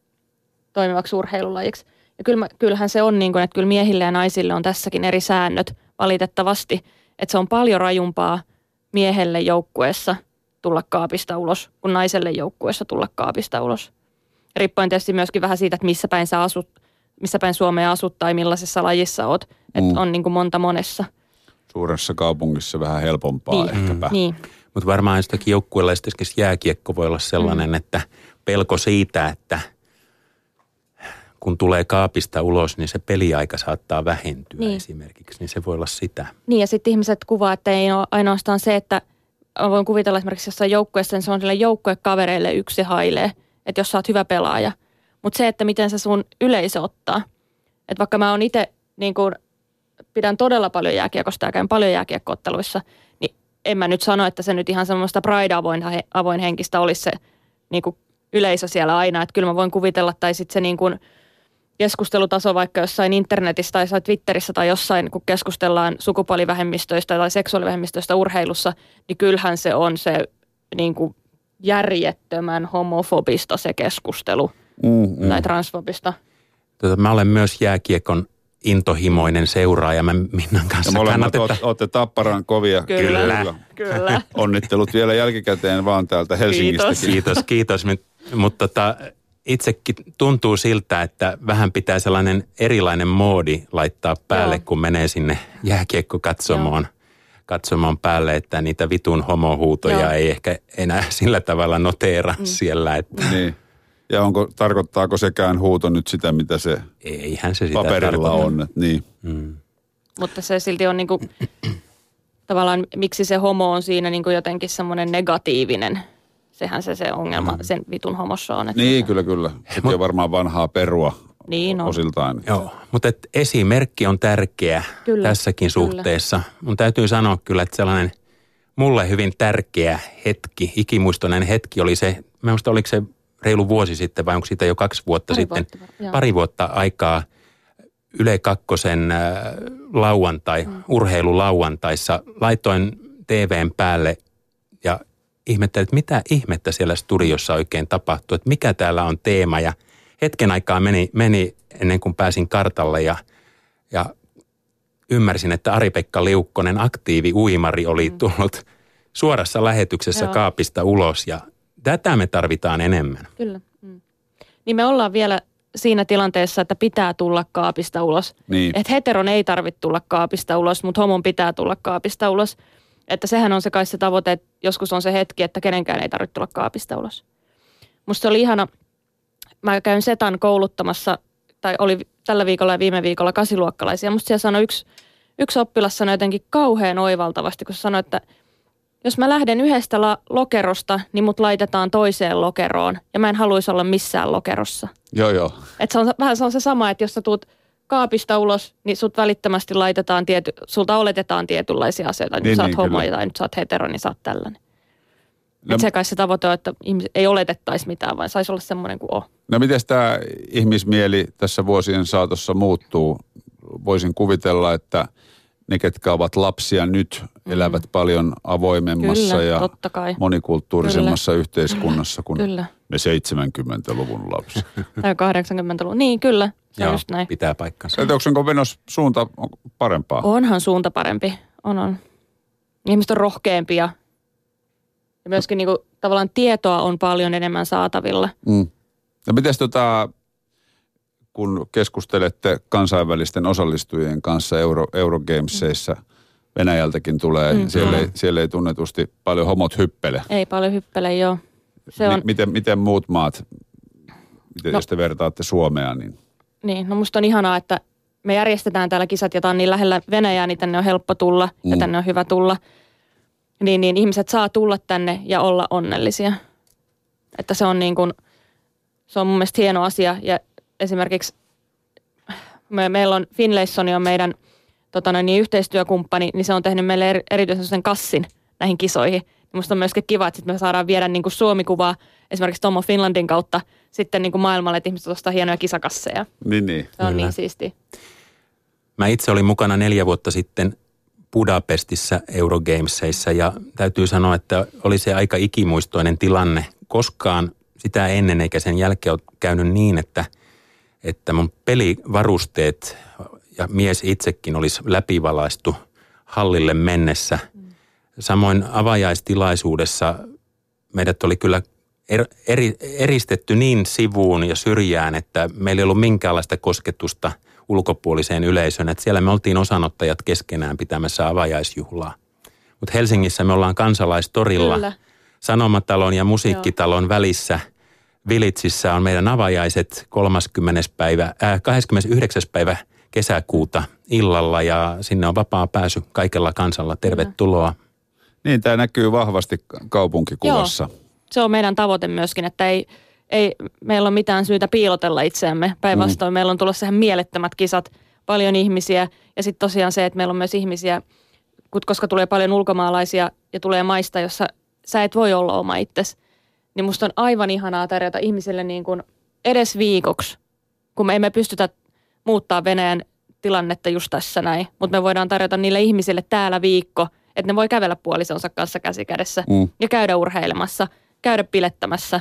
toimivaksi urheilulajiksi. Ja kyllä, kyllähän se on niin kuin, että kyllä miehille ja naisille on tässäkin eri säännöt valitettavasti. Että se on paljon rajumpaa miehelle joukkueessa tulla kaapista ulos, kuin naiselle joukkueessa tulla kaapista ulos. Riippuen tietysti myöskin vähän siitä, että missä päin sä asut, missä päin Suomea asut tai millaisessa lajissa oot. Että mm. on niin kuin monta monessa. Suuressa kaupungissa vähän helpompaa niin. ehkäpä. Mm. Niin. Mutta varmaan jostakin joukkueella esimerkiksi jääkiekko voi olla sellainen, mm. että pelko siitä, että kun tulee kaapista ulos, niin se peliaika saattaa vähentyä niin. esimerkiksi, niin se voi olla sitä. Niin ja sitten ihmiset kuvaa, että ei ole ainoastaan se, että voin kuvitella esimerkiksi jossain joukkueessa, niin se on sille joukkuekavereille yksi hailee, että jos sä oot hyvä pelaaja. Mutta se, että miten se sun yleisö ottaa. Että vaikka mä oon itse, niin kun pidän todella paljon jääkiekosta ja käyn paljon jääkiekkootteluissa, niin en mä nyt sano, että se nyt ihan semmoista pride-avoin avoin henkistä olisi se niin kun yleisö siellä aina. Että kyllä mä voin kuvitella, tai sitten se niin kun keskustelutaso vaikka jossain internetissä tai jossain Twitterissä tai jossain, kun keskustellaan sukupuolivähemmistöistä tai seksuaalivähemmistöistä urheilussa, niin kyllähän se on se niin kuin järjettömän homofobista se keskustelu mm, tai mm. transfobista. Tota, mä olen myös jääkiekon intohimoinen seuraaja. Mä Minnan kanssa ja molemmat kannatetta. Olette Tapparan kovia. Kyllä, kyllä. kyllä. Onnittelut vielä jälkikäteen vaan täältä Helsingistäkin. Kiitos, kiitos. kiitos. Mutta tota, itsekin tuntuu siltä, että vähän pitää sellainen erilainen moodi laittaa päälle, Joo. kun menee sinne jääkiekkokatsomoon katsomoon päälle, että niitä vitun homohuutoja Joo. ei ehkä enää sillä tavalla noteera mm. siellä. Että. Niin. Ja onko, tarkoittaako sekään huuto nyt sitä, mitä se Eihän se sitä paperilla tarkoita. On? Että niin. Mm. Mutta se silti on niinku, tavallaan, miksi se homo on siinä niinku jotenkin semmoinen negatiivinen. Sehän se se ongelma mm. sen vitun homossa on. Että niin, se kyllä, kyllä. Sekin on varmaan vanhaa perua niin on. Osiltaan. Joo, mutta et esimerkki on tärkeä kyllä, tässäkin kyllä. suhteessa. Mun täytyy sanoa kyllä, että sellainen mulle hyvin tärkeä hetki, ikimuistoinen hetki oli se, mä muista oliko se reilu vuosi sitten vai onko siitä jo kaksi vuotta pari sitten, vuotta, pari vuotta aikaa Yle Kakkosen äh, lauantai, mm. urheilulauantaissa laitoin T V:n päälle ja ihmettelin, että mitä ihmettä siellä studiossa oikein tapahtuu, että mikä täällä on teema ja hetken aikaa meni, meni ennen kuin pääsin kartalle ja, ja ymmärsin, että Ari-Pekka Liukkonen, aktiivi uimari, oli mm. tullut suorassa lähetyksessä Joo. kaapista ulos ja tätä me tarvitaan enemmän. Kyllä. Mm. Niin me ollaan vielä siinä tilanteessa, että pitää tulla kaapista ulos. Niin. Että heteron ei tarvitse tulla kaapista ulos, mutta homon pitää tulla kaapista ulos. Että sehän on se kai se tavoite, että joskus on se hetki, että kenenkään ei tarvitse tulla kaapista ulos. Musta se oli ihana. Mä käyn Setan kouluttamassa, tai oli tällä viikolla ja viime viikolla kasiluokkalaisia. Musta siellä sanoi yksi, yksi oppilas sanoi jotenkin kauhean oivaltavasti, kun se sanoi, että jos mä lähden yhdestä la- lokerosta, niin mut laitetaan toiseen lokeroon. Ja mä en haluaisi olla missään lokerossa. Joo, joo. Et se on vähän se, on se sama, että jos sä tuut kaapista ulos, niin sut välittömästi laitetaan, tiety, sulta oletetaan tietynlaisia asioita. Nyt Niin, sä oot niin, homo kyllä. tai nyt sä oot hetero, niin sä oot tällainen. No, Et se kai se tavoite on, että ihmiset ei oletettaisi mitään, vaan saisi olla semmoinen kuin on. no miten tämä ihmismieli tässä vuosien saatossa muuttuu? Voisin kuvitella, että ne, ketkä ovat lapsia nyt, mm. elävät paljon avoimemmassa Kyllä, ja totta kai. monikulttuurisemmassa kyllä. yhteiskunnassa kuin kyllä. me seitsemänkymmentäluvun lapsi. Tai kahdeksankymmentäluvun. Niin, kyllä. Se Joo, on just näin. pitää paikkansa. Onko menossa suunta parempaa? Onhan suunta parempi. On, on. Ihmiset on rohkeampia. Ja myöskin niin kuin, tavallaan tietoa on paljon enemmän saatavilla. Mm. Ja mites tota, kun keskustelette kansainvälisten osallistujien kanssa Euro, Eurogamesseissa, Venäjältäkin tulee, mm. siellä, ei, siellä ei tunnetusti paljon homot hyppele. Ei paljon hyppele, joo. Se on... Miten, miten muut maat, miten, no, jos te vertaatte Suomea, niin... Niin, no musta on ihanaa, että me järjestetään täällä kisat ja tää on niin lähellä Venäjää, niin tänne on helppo tulla mm. ja tänne on hyvä tulla. Niin, niin ihmiset saa tulla tänne ja olla onnellisia. Että se on niin kuin, se on mun mielestä hieno asia. Ja esimerkiksi me, meillä on Finlayson on meidän tota noin, niin yhteistyökumppani, niin se on tehnyt meille eri, erityisen sen kassin näihin kisoihin. Musta on myöskin kiva, että sit me saadaan viedä niin kuin Suomi-kuvaa esimerkiksi Tomo Finlandin kautta sitten niin kuin maailmalle, että ihmiset ostaa hienoja kisakasseja. Niin, niin. Se on Kyllä. niin siistiä. Mä itse olin mukana neljä vuotta sitten Budapestissa Eurogamesseissa ja täytyy sanoa, että oli se aika ikimuistoinen tilanne. Koskaan sitä ennen eikä sen jälkeen ole käynyt niin, että, että mun pelivarusteet ja mies itsekin olisi läpivalaistu hallille mennessä. Samoin avajaistilaisuudessa meidät oli kyllä er, eri, eristetty niin sivuun ja syrjään, että meillä ei ollut minkäänlaista kosketusta ulkopuoliseen yleisöön. Että siellä me oltiin osanottajat keskenään pitämässä avajaisjuhlaa. Mutta Helsingissä me ollaan Kansalaistorilla, kyllä. Sanomatalon ja Musiikkitalon Joo. välissä. Villageissa on meidän avajaiset kolmaskymmenes päivä, äh, kahdeskymmenesyhdeksäs päivä kesäkuuta illalla ja sinne on vapaa pääsy kaikella kansalla. Tervetuloa. Niin, tämä näkyy vahvasti kaupunkikuvassa. Joo. Se on meidän tavoite myöskin, että ei, ei meillä ole mitään syytä piilotella itseämme. Päinvastoin mm. meillä on tulossa ihan mielettömät kisat, paljon ihmisiä ja sitten tosiaan se, että meillä on myös ihmisiä, koska tulee paljon ulkomaalaisia ja tulee maista, jossa sä et voi olla oma itsesi, niin musta on aivan ihanaa tarjota ihmisille niin kuin edes viikoksi, kun me emme pystytä muuttaa Venäjän tilannetta just tässä näin, mutta me voidaan tarjota niille ihmisille täällä viikko, että ne voi kävellä puolisonsa kanssa käsi kädessä mm. ja käydä urheilemassa, käydä pilettämässä.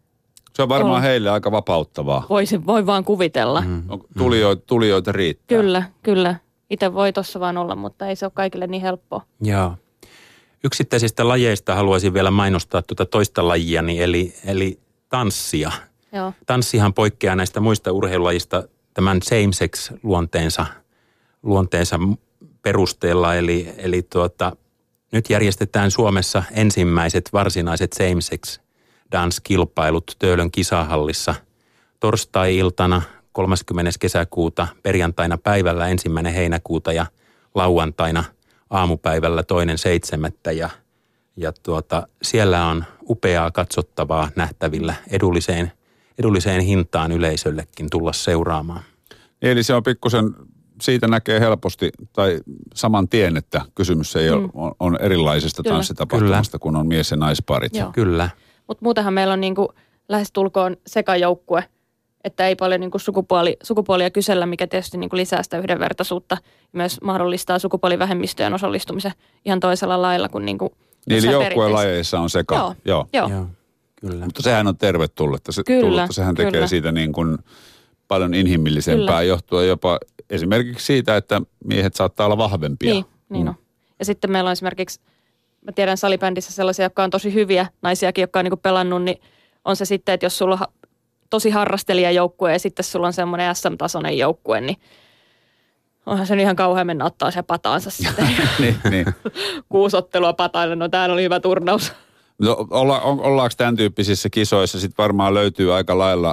Se on varmaan on. heille aika vapauttavaa. Voisin, voi vaan kuvitella. Mm. Tulijoita, tulijoita riittää. Kyllä, kyllä. Itse voi tossa vaan olla, mutta ei se ole kaikille niin helppoa. Joo. Yksittäisistä lajeista haluaisin vielä mainostaa tuota toista lajiani, eli, eli tanssia. Joo. Tanssihan poikkeaa näistä muista urheilulajista tämän same-sex luonteensa, luonteensa perusteella. Eli, eli tuota, nyt järjestetään Suomessa ensimmäiset varsinaiset same-sex dance-kilpailut Töölön kisahallissa torstai-iltana kolmaskymmenes kesäkuuta, perjantaina päivällä ensimmäinen heinäkuuta ja lauantaina aamupäivällä toinen seitsemättä ja, ja tuota, siellä on upeaa katsottavaa nähtävillä edulliseen, edulliseen hintaan yleisöllekin tulla seuraamaan. Eli se on pikkusen, siitä näkee helposti tai saman tien, että kysymys ei mm. ole, on erilaisesta Kyllä. tanssitapahtumasta, kun on mies- ja naisparit. Joo. Kyllä. Mutta muutenhan meillä on niinku lähestulkoon sekajoukkue, että ei paljon niinku sukupuoli, sukupuolia kysellä, mikä tietysti niinku lisää sitä yhdenvertaisuutta ja myös mahdollistaa sukupuolivähemmistöjen osallistumisen ihan toisella lailla kuin niinku Niin, eli joukkueen lajeissa on seka. Joo, Joo. Joo. Joo. Kyllä. Mutta sehän on tervetullutta. Se, kyllä, tullutta, sehän tekee kyllä. siitä niin kuin paljon inhimillisempää kyllä. johtuen jopa esimerkiksi siitä, että miehet saattaa olla vahvempia. Niin, niin mm. on. Ja sitten meillä on esimerkiksi, mä tiedän salibändissä sellaisia, jotka on tosi hyviä, naisiakin, jotka on niin kuin pelannut, niin on se sitten, että jos sulla on tosi harrastelijajoukkue ja sitten sulla on semmoinen S M-tasoinen joukkue, niin onhan se ihan kauhean mennä ottaa se pataansa sitten. niin, niin. Kuusi ottelua pataille, no täällä oli hyvä turnaus. No, olla, on, ollaanko tämän tyyppisissä kisoissa sitten varmaan löytyy aika lailla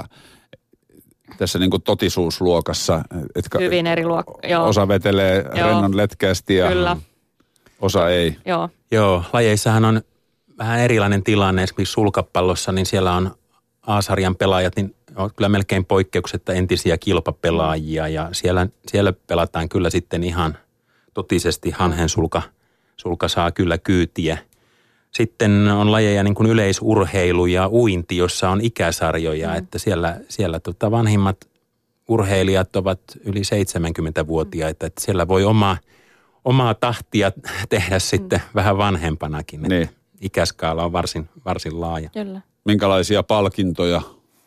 tässä niin kuin totisuusluokassa. Että hyvin eri luokka, joo. Osa vetelee joo. rennon letkeästi ja Kyllä. Osa ei. Joo. Joo, lajeissahan on vähän erilainen tilanne. Esimerkiksi sulkapallossa, niin siellä on A-sarjan pelaajat, niin on kyllä melkein poikkeuksetta entisiä kilpapelaajia. Ja siellä, siellä pelataan kyllä sitten ihan totisesti hanhen sulka, sulka saa kyllä kyytiä. Sitten on lajeja niin kuin yleisurheilu ja uinti, jossa on ikäsarjoja, mm. että siellä, siellä tota vanhimmat urheilijat ovat yli seitsemänkymmentävuotiaita, että siellä voi omaa, omaa tahtia tehdä sitten mm. vähän vanhempanakin. Niin. Ikäskaala on varsin, varsin laaja. Kyllä. Minkälaisia palkintoja?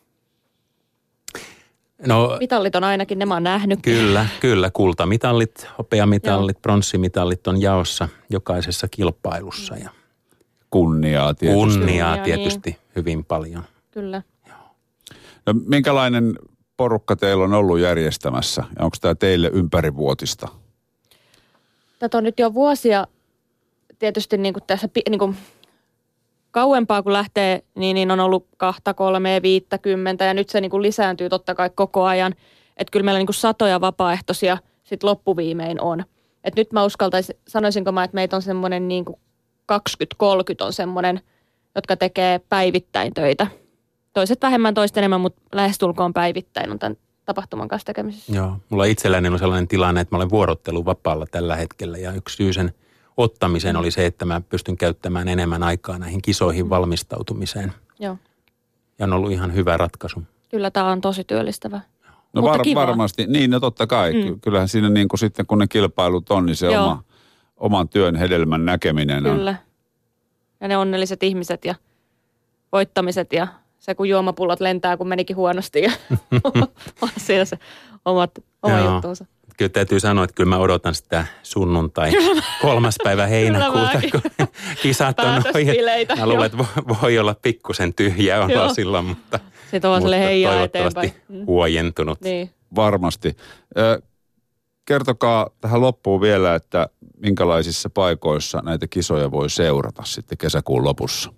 No, mitallit on ainakin, ne mä oon nähnyt. Kyllä, kyllä. Kultamitalit, hopeamitalit, pronssimitallit on jaossa jokaisessa kilpailussa. Ja kunniaa tietysti. Kunniaa Kunnia, tietysti niin. hyvin paljon. Kyllä. No, minkälainen porukka teillä on ollut järjestämässä? Ja onko tämä teille ympärivuotista? Tätä on nyt jo vuosia tietysti niin kuin tässä niin kuin kauempaa kun lähtee, niin, niin on ollut kahta, kolmea, viittäkymmentä ja nyt se niin kuin lisääntyy totta kai koko ajan. Että kyllä meillä niin kuin satoja vapaaehtoisia sit loppuviimein on. Että nyt mä uskaltaisin, sanoisinko mä, että meitä on semmoinen niin kuin kaksikymmentä kolmekymmentä on semmoinen, jotka tekee päivittäin töitä. Toiset vähemmän, toiset enemmän, mutta lähestulkoon päivittäin on tämän tapahtuman kanssa tekemisessä. Joo, mulla itselläni on sellainen tilanne, että mä olen vuorotteluvapaalla tällä hetkellä ja yksi syy sen ottamiseen oli se, että mä pystyn käyttämään enemmän aikaa näihin kisoihin valmistautumiseen. Joo. Ja on ollut ihan hyvä ratkaisu. Kyllä tämä on tosi työllistävä. No var, varmasti, niin no totta kai. Mm. Kyllähän siinä niin kuin sitten kun ne kilpailut on, niin se Joo. oma, oman työn hedelmän näkeminen on. Kyllä. Ja ne onnelliset ihmiset ja voittamiset ja se kun juomapullot lentää, kun menikin huonosti ja on siinä se omat, oma Joo. juttunsa. Kyllä täytyy sanoa, että kyllä mä odotan sitä sunnuntai kolmas päivä heinäkuuta, kun kisat on ohi. Mä luulen, että voi olla pikkusen tyhjää olla silloin, mutta, sitten on mutta heijaa toivottavasti eteenpäin. huojentunut. Niin. Varmasti. Kertokaa tähän loppuun vielä, että minkälaisissa paikoissa näitä kisoja voi seurata sitten kesäkuun lopussa.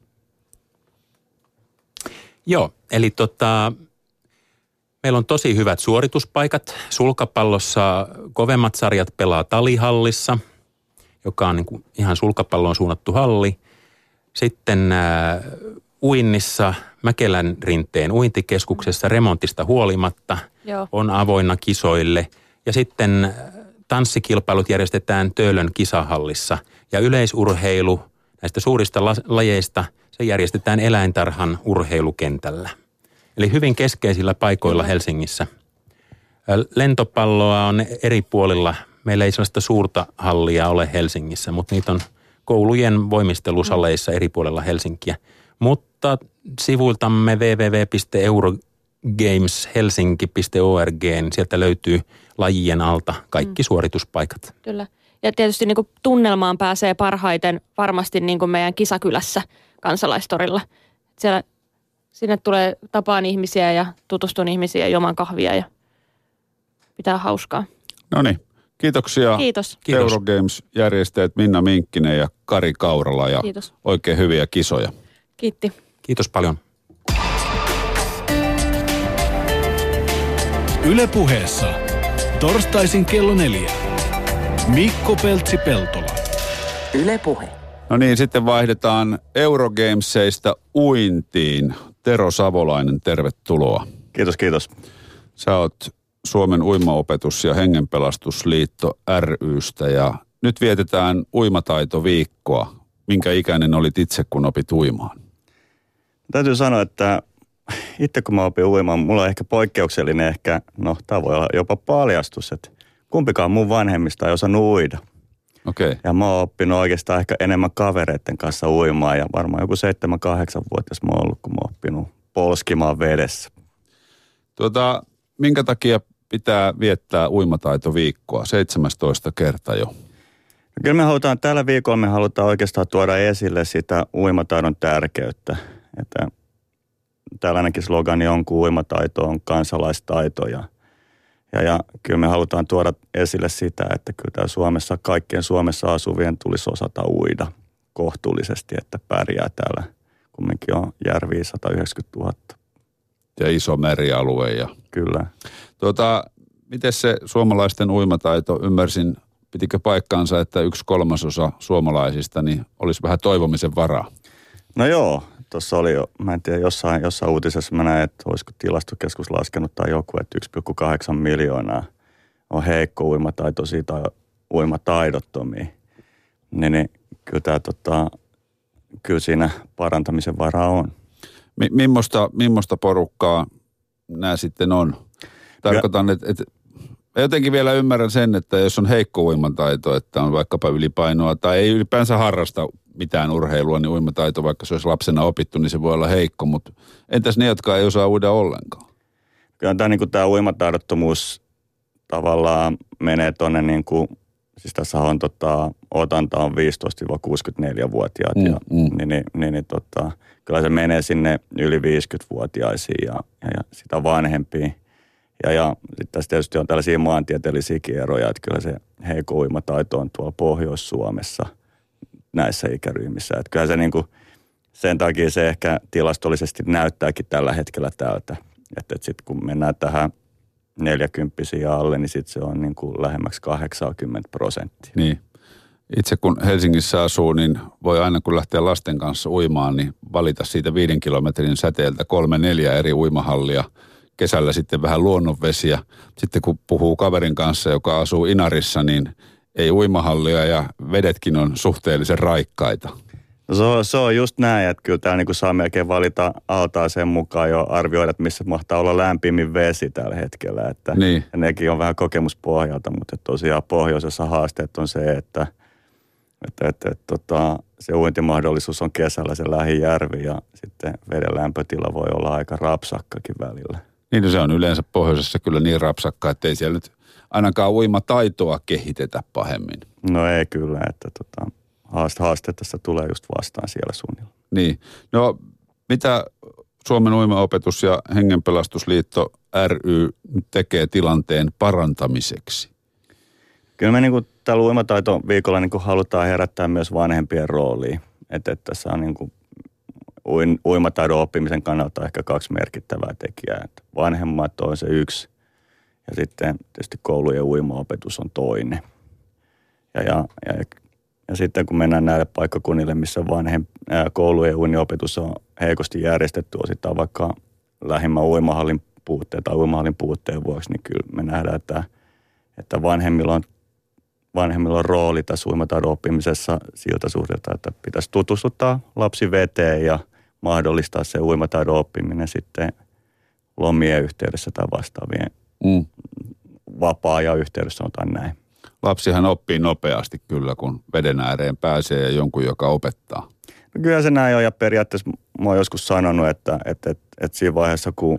Joo, eli tota, meillä on tosi hyvät suorituspaikat. Sulkapallossa kovemmat sarjat pelaa Talihallissa, joka on niin kuin ihan sulkapalloon suunnattu halli. Sitten äh, uinnissa Mäkelän rinteen uintikeskuksessa remontista huolimatta Joo. on avoinna kisoille. Ja sitten tanssikilpailut järjestetään Töölön kisahallissa ja yleisurheilu näistä suurista la- lajeista se järjestetään Eläintarhan urheilukentällä. Eli hyvin keskeisillä paikoilla Helsingissä. Lentopalloa on eri puolilla. Meillä ei sellaista suurta hallia ole Helsingissä, mutta niitä on koulujen voimistelusaleissa eri puolilla Helsinkiä. Mutta sivuiltamme double-u double-u double-u piste eurogames helsinki piste org, niin sieltä löytyy lajien alta kaikki mm. suorituspaikat. Kyllä. Ja tietysti niin kuin tunnelmaan pääsee parhaiten varmasti niin kuin meidän kisakylässä Kansalaistorilla. Siellä, sinne tulee tapaan ihmisiä ja tutustun ihmisiä, juomaan kahvia ja pitää hauskaa. No niin, kiitoksia. Kiitos. Eurogames-järjestäjät Minna Minkkinen ja Kari Kaurala ja Kiitos. Oikein hyviä kisoja. Kiitti. Kiitos paljon. Yle Puheessa. Torstaisin kello neljä. Mikko Peltsi-Peltola. Yle Puhe. No niin, sitten vaihdetaan Eurogameseista uintiin. Tero Savolainen, tervetuloa. Kiitos, kiitos. Sä oot Suomen uimaopetus- ja hengenpelastusliitto ry:stä ja nyt vietetään uimataitoviikkoa. Minkä ikäinen olit itse, kun opit uimaan? Täytyy sanoa, että itse kun mä opin uimaan, mulla on ehkä poikkeuksellinen ehkä, no tämä voi olla jopa paljastus, että kumpikaan mun vanhemmista ei osannut uida. Okei. Okay. Ja mä oon oppinut oikeastaan ehkä enemmän kavereiden kanssa uimaan ja varmaan joku seitsemän kahdeksan vuotias mä oon ollut, kun mä oon oppinut polskimaan vedessä. Tuota, minkä takia pitää viettää uimataitoviikkoa? seitsemästoista kerta jo. No kyllä me halutaan, tällä viikolla me halutaan oikeastaan tuoda esille sitä uimataidon tärkeyttä. Että tällainenkin slogani on, kun uimataito on kansalaistaito ja Ja, ja kyllä me halutaan tuoda esille sitä, että kyllä täällä Suomessa, kaikkien Suomessa asuvien tulisi osata uida kohtuullisesti, että pärjää täällä. Kumminkin on järviä sata yhdeksänkymmentätuhatta. Ja iso merialue. Ja... Kyllä. Tuota, miten se suomalaisten uimataito, ymmärsin pitikö paikkaansa, että yksi kolmasosa suomalaisista niin olisi vähän toivomisen varaa? No joo, tuossa oli jo, mä en tiedä, jossain, jossain uutisessa mä näin, että olisiko tilastokeskus laskenut tai joku, että yksi pilkku kahdeksan miljoonaa on heikko uimataitoisia tai uimataidottomia. Niin, niin kyllä, tää, tota, kyllä siinä parantamisen varaa on. Mi- mimmosta, mimmosta porukkaa nämä sitten on? Tarkoitan, että et, jotenkin vielä ymmärrän sen, että jos on heikko uimataito, että on vaikkapa ylipainoa tai ei ylipäänsä harrasta mitään urheilua, niin uimataito, vaikka se olisi lapsena opittu, niin se voi olla heikko. Mutta entäs ne, jotka ei osaa uida ollenkaan? Kyllä tämä, niin kuin tämä uimataidottomuus tavallaan menee tuonne, niin kuin, siis tässä on tota, otanta on viisitoista kuusikymmentäneljä-vuotiaat, mm, ja, mm. niin, niin, niin, niin tota, kyllä se menee sinne yli viisikymmentävuotiaisiin ja, ja, ja sitä vanhempiin. Ja, ja sitten tässä tietysti on tällaisia maantieteellisiäkin eroja, että kyllä se heikko uimataito on tuolla Pohjois-Suomessa näissä ikäryhmissä. Että kyllä se niin kuin, sen takia se ehkä tilastollisesti näyttääkin tällä hetkellä tältä. Että, että sitten kun mennään tähän neljäkymppisiä alle, niin sitten se on niin kuin lähemmäksi kahdeksankymmentä prosenttia. Niin. Itse kun Helsingissä asuu, niin voi aina kun lähtee lasten kanssa uimaan, niin valita siitä viiden kilometrin säteeltä kolme neljä eri uimahallia. Kesällä sitten vähän luonnonvesiä. Sitten kun puhuu kaverin kanssa, joka asuu Inarissa, niin ei uimahallia ja vedetkin on suhteellisen raikkaita. No se, on, se on just näin, että kyllä täällä niin saa melkein valita altaan sen mukaan jo arvioida, että missä mahtaa olla lämpimin vesi tällä hetkellä. Että niin. Ja nekin on vähän kokemuspohjalta, mutta tosiaan pohjoisessa haasteet on se, että, että, että, että, että se uintimahdollisuus on kesällä se lähijärvi ja sitten veden lämpötila voi olla aika rapsakkakin välillä. Niin no se on yleensä pohjoisessa kyllä niin rapsakka, että ei siellä nyt ainakaan uimataitoa kehitetä pahemmin. No ei kyllä, että tota, haaste tässä tulee just vastaan siellä suunnilla. Niin. No mitä Suomen uimaopetus- ja hengenpelastusliitto ry tekee tilanteen parantamiseksi? Kyllä me niin kuin tällä uimataitoviikolla niin kuin halutaan herättää myös vanhempien rooliin. Että, että tässä on niin kuin uin, uimataidon oppimisen kannalta ehkä kaksi merkittävää tekijää. Että vanhemmat on se yksi ja sitten tietysti koulujen uimaopetus on toinen. Ja, ja, ja, ja sitten kun mennään näille paikkakunnille, missä vanhem, ää, koulujen uiniopetus on heikosti järjestetty osittain vaikka lähimmän uimahallin puutteen tai uimahallin puutteen vuoksi, niin kyllä me nähdään, että, että vanhemmilla on Vanhemmilla on rooli tässä uimataidon oppimisessa siltä suhdelta, että pitäisi tutustuttaa lapsi veteen ja mahdollistaa se uimataidon oppiminen sitten lomien yhteydessä tai vastaavien mm. vapaa-ajan yhteydessä, sanotaan näin. Lapsihan oppii nopeasti kyllä, kun veden ääreen pääsee ja jonkun, joka opettaa. No kyllä se näin on ja periaatteessa mä oon joskus sanonut, että, että, että, että siinä vaiheessa, kun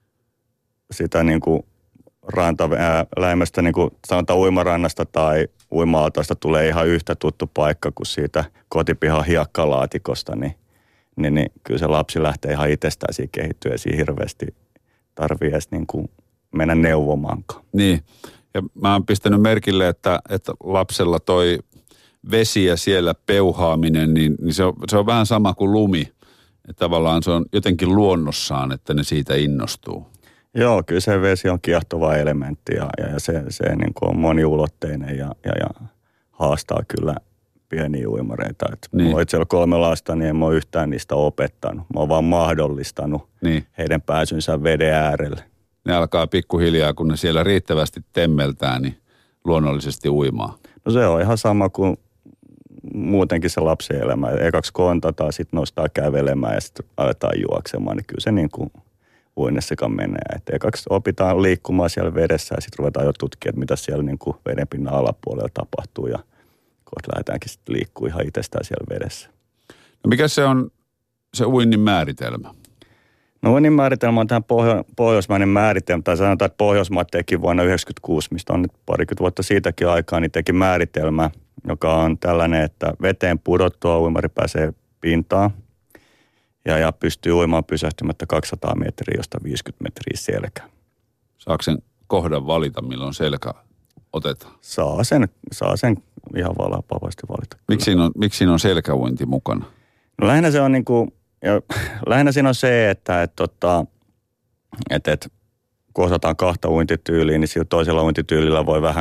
sitä niin kuin ranta, ää, lähemmästä niin kuin sanotaan uimarannasta tai uima-altaasta tulee ihan yhtä tuttu paikka kuin siitä kotipihan hiekkalaatikosta, niin, niin, niin kyllä se lapsi lähtee ihan itsestään siihen kehittyä ja siinä hirveästi tarvii edes niin kuin mennä neuvomaankaan. Niin, ja mä oon pistänyt merkille, että, että lapsella toi vesi ja siellä peuhaaminen, niin, niin se, on, se on vähän sama kuin lumi. Että tavallaan se on jotenkin luonnossaan, että ne siitä innostuu. Joo, kyllä se vesi on kiehtova elementti ja, ja, ja se, se niin kuin on moniulotteinen ja, ja, ja haastaa kyllä pieniä uimareita. Et niin. Mulla on itse kolme lasta, niin en mä ole yhtään niistä opettanut. Mä oon vaan mahdollistanut niin. heidän pääsynsä veden äärelle. Ne alkaa pikkuhiljaa, kun ne siellä riittävästi temmeltää, niin luonnollisesti uimaa. No se on ihan sama kuin muutenkin se lapsen elämä. Ekaksi kontataan, sitten nostaa kävelemään ja sitten aletaan juoksemaan. Niin kyllä se niin kuin uinnessakaan menee. Että ekaksi opitaan liikkumaan siellä vedessä ja sitten ruvetaan jo tutkimaan, että mitä siellä niin kuin vedenpinnan alapuolella tapahtuu. Ja kohta lähdetäänkin sitten liikkuu ihan itsestään siellä vedessä. No mikä se on se uinnin määritelmä? No uinnin määritelmä on tähän pohjo- pohjoismainen määritelmä. Tai sanotaan, että Pohjoismaat teki vuonna yhdeksänkymmentäkuusi, mistä on nyt parikymmentä vuotta siitäkin aikaa, niin teki määritelmä, joka on tällainen, että veteen pudottua uimari pääsee pintaan. Ja, ja pystyy uimaan pysähtymättä kaksisataa metriä, josta viisikymmentä metriä selkä. Saako sen kohdan valita, milloin selkä otetaan? Saa sen, saa sen ihan vapaasti valita. Miksi siinä on, miksi siinä on selkäuinti mukana? No lähinnä se on niin kuin, ja lähinnä siinä on se, että et, tota, et, et, kun osataan kahta uintityyliä, niin sillä toisella uintityylillä voi vähän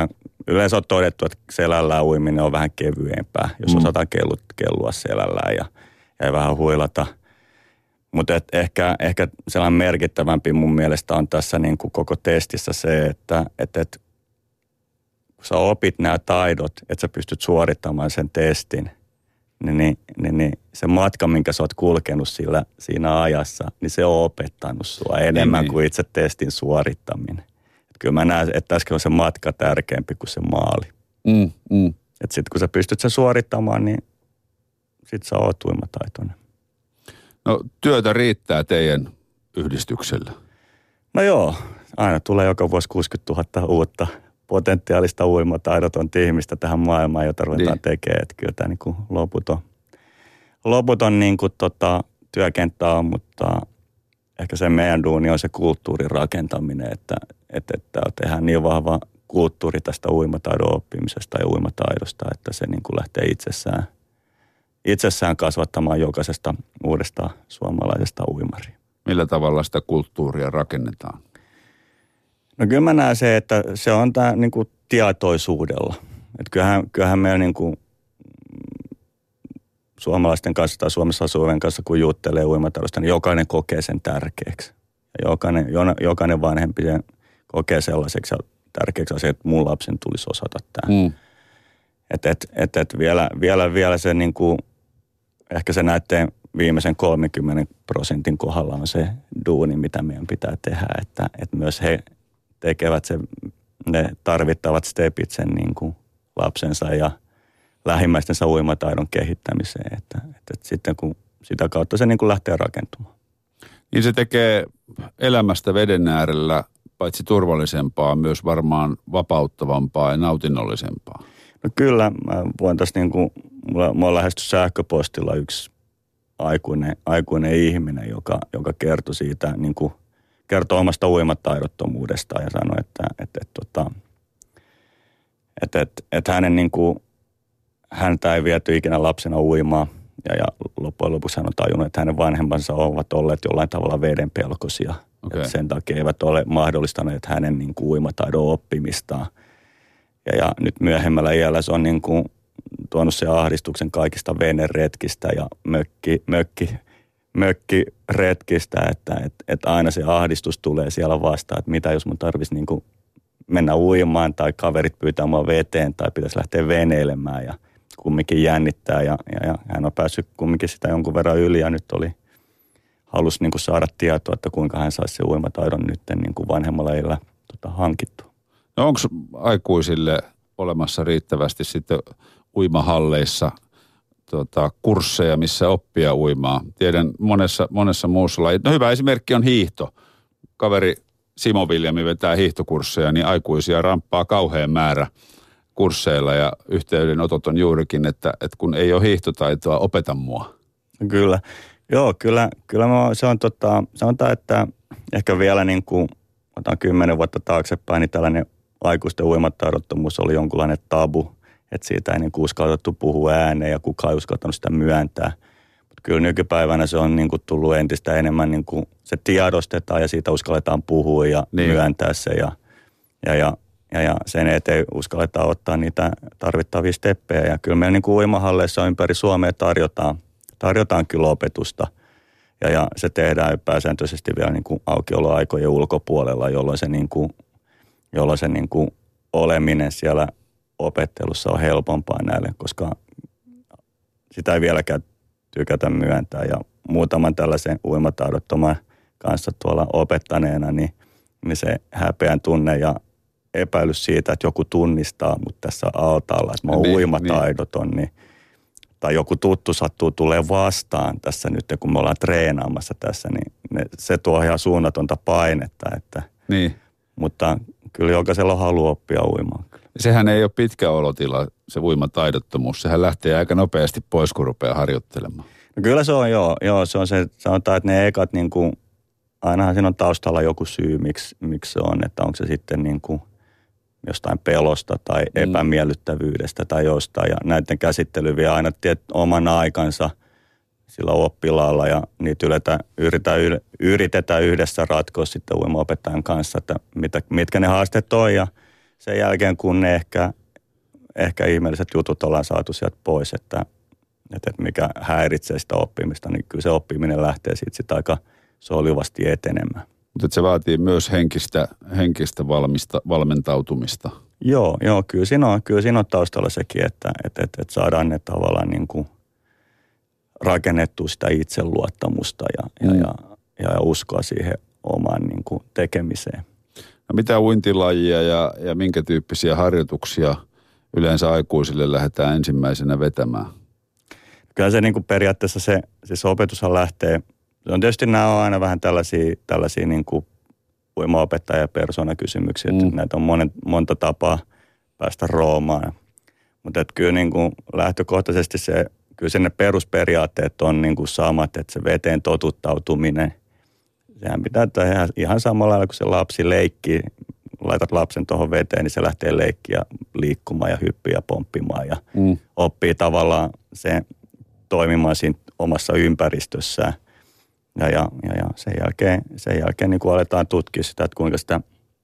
yleensä on todettu, että selällään uiminen on vähän kevyempää, jos mm. osataan kellu, kellua selällään ja, ja vähän huilata. Mutta ehkä, ehkä sellainen merkittävämpi mun mielestä on tässä niin kuin koko testissä se, että et, et, kun sä opit nämä taidot, että sä pystyt suorittamaan sen testin, niin, niin, niin, niin se matka, minkä sä oot kulkenut sillä, siinä ajassa, niin se on opettanut sua enemmän niin, kuin itse testin suorittaminen. Et kyllä mä näen, että tässä on se matka tärkeämpi kuin se maali. Mm, mm. Että sitten kun sä pystyt sen suorittamaan, niin sit sä oot uimataitoinen. No työtä riittää teidän yhdistyksellä? No joo, aina tulee joka vuosi kuusikymmentätuhatta uutta potentiaalista uimataidotonta ihmistä tähän maailmaan, jota ruvetaan niin tekemään. Että kyllä tämä niin kuin loputon, loputon niin kuin tota, työkenttä on, mutta ehkä se meidän duuni on se kulttuurin rakentaminen, että, että, että tehdään niin vahva kulttuuri tästä uimataidon oppimisesta ja uimataidosta, että se niin kuin lähtee itsessään, itsessään kasvattamaan jokaisesta uudesta suomalaisesta uimaria. Millä tavalla sitä kulttuuria rakennetaan? No kyllä mä näen se, että se on tämä niin kuin tietoisuudella. Että kyllähän, kyllähän meillä niin kuin suomalaisten kanssa tai Suomessa asuvien kanssa, kun juttelee uimataidosta, niin jokainen kokee sen tärkeäksi. Ja jokainen, jokainen vanhempi sen kokee sellaiseksi tärkeäksi asiaksi, että mun lapsen tulisi osata tämä. Mm. Että et, et, et vielä, vielä, vielä se niin kuin, ehkä se näyttää viimeisen kolmenkymmenen prosentin kohdalla on se duuni, mitä meidän pitää tehdä, että, että myös he tekevät se, ne tarvittavat stepit sen niin kuin lapsensa ja lähimmäistensä uimataidon kehittämiseen, että, että, että sitten kun sitä kautta se niin kuin lähtee rakentumaan. Niin se tekee elämästä veden äärellä paitsi turvallisempaa, myös varmaan vapauttavampaa ja nautinnollisempaa. No kyllä, mä voin tässä niin kuin, mulla, mulla on lähesty sähköpostilla yksi aikuinen, aikuinen ihminen, joka, joka kertoi siitä, niin kuin, kertoi omasta uimataidottomuudestaan ja sanoi, että, että, että, että, että, että, että hänen niin kuin, häntä ei viety ikinä lapsena uimaan ja, ja loppujen lopuksi hän on tajunnut, että hänen vanhempansa ovat olleet jollain tavalla vedenpelkoisia. Okay. Sen takia eivät ole mahdollistaneet hänen niin kuin, uimataidon oppimistaan. Ja, ja nyt myöhemmällä iällä se on niin kuin tuonut sen ahdistuksen kaikista veneretkistä ja mökki, mökki, mökkiretkistä, että et, et aina se ahdistus tulee siellä vastaan, että mitä jos mun tarvitsisi niin kuin mennä uimaan tai kaverit pyytää mua veteen tai pitäisi lähteä veneilemään ja kumminkin jännittää ja, ja, ja hän on päässyt kumminkin sitä jonkun verran yli ja nyt oli halus niin kuin saada tietoa, että kuinka hän saisi se uimataidon nyt niin kuin vanhemmalla iällä tota, hankittua. No onko aikuisille olemassa riittävästi sitten uimahalleissa tota, kursseja, missä oppia uimaa? Tiedän monessa, monessa muussa lajissa. No hyvä esimerkki on hiihto. Kaveri Simo Viljami vetää hiihtokursseja, niin aikuisia ramppaa kauhean määrä kursseilla ja yhteydenotot on juurikin, että, että kun ei ole hiihtotaitoa, opeta mua. Kyllä. Joo, kyllä, kyllä mä, se on tota, sanotaan, että ehkä vielä niin kuin otan kymmenen vuotta taaksepäin, niin tällainen aikuisten uimataidottomuus oli jonkunlainen tabu, että siitä ei niin kuin uskallettu puhua ääneen ja kukaan ei uskaltanut sitä myöntää. Mutta kyllä nykypäivänä se on niin kuin tullut entistä enemmän, niin kuin se tiedostetaan ja siitä uskalletaan puhua ja niin myöntää se ja, ja, ja, ja, ja sen eteen uskalletaan ottaa niitä tarvittavia steppejä. Ja kyllä meillä niin kuin uimahalleissa ympäri Suomea tarjotaan, tarjotaan kyllä opetusta. Ja, ja se tehdään pääsääntöisesti vielä niin kuin aukioloaikojen ulkopuolella, jolloin se, niin kuin, jolloin se niin kuin oleminen siellä opettelussa on helpompaa näille, koska sitä ei vieläkään tykätä myöntää. Ja muutaman tällaisen uimataidottoman kanssa tuolla opettaneena, niin, niin se häpeän tunne ja epäilys siitä, että joku tunnistaa mut tässä altaalla, että mä oon niin, uimataidoton, niin. niin tai joku tuttu sattuu tulee vastaan tässä nyt, kun me ollaan treenaamassa tässä, niin ne, se tuo ihan suunnatonta painetta. Että, niin. Mutta kyllä jokaisella haluaa oppia uimaan. Sehän ei ole pitkä olotila, se uimataidottomuus. Sehän lähtee aika nopeasti pois, kun rupeaa harjoittelemaan. No kyllä se on, joo. joo se on se, sanotaan, että ne ekat, niin kuin, ainahan siinä on taustalla joku syy, miksi, miksi se on. Että onko se sitten niin kuin jostain pelosta tai epämiellyttävyydestä tai jostain. Ja näiden käsittely vie aina tiet, oman aikansa sillä oppilaalla ja niitä yritetään, yritetään, yritetään yhdessä ratkoa sitten uimaopettajan kanssa, että mitä, mitkä ne haasteet on. Ja sen jälkeen kun ne ehkä ehkä ihmeelliset jutut ollaan saatu sieltä pois, että, että mikä häiritsee sitä oppimista, niin kyllä se oppiminen lähtee siitä sit aika solivasti etenemään. Mutta se vaatii myös henkistä, henkistä valmista, valmentautumista. Joo, joo kyllä, siinä on, kyllä siinä on taustalla sekin, että, että, että, että saadaan ne tavallaan niin kuin rakennettua sitä itseluottamusta ja, mm. ja, ja, ja uskoa siihen omaan niin kuin tekemiseen. No mitä uintilajia ja, ja minkä tyyppisiä harjoituksia yleensä aikuisille lähdetään ensimmäisenä vetämään? Kyllä se niin kuin periaatteessa se, siis opetushan lähtee, se on tietysti nämä on aina vähän tällaisia, tällaisia niin kuin uimaopettaja- ja persoonakysymyksiä, mm. että näitä on monen, monta tapaa päästä roomaan. Mutta kyllä niin kuin lähtökohtaisesti se, kyllä sen ne perusperiaatteet on niin kuin samat, että se veteen totuttautuminen, sehän pitää tehdä ihan samalla lailla kuin se lapsi leikkii. Laitat lapsen tuohon veteen, niin se lähtee leikkiä liikkumaan ja hyppiä ja pomppimaan ja mm. oppii tavallaan se toimimaan siinä omassa ympäristössään. Ja, ja, ja, ja sen jälkeen, sen jälkeen niin kuin aletaan tutkia sitä, että kuinka sitä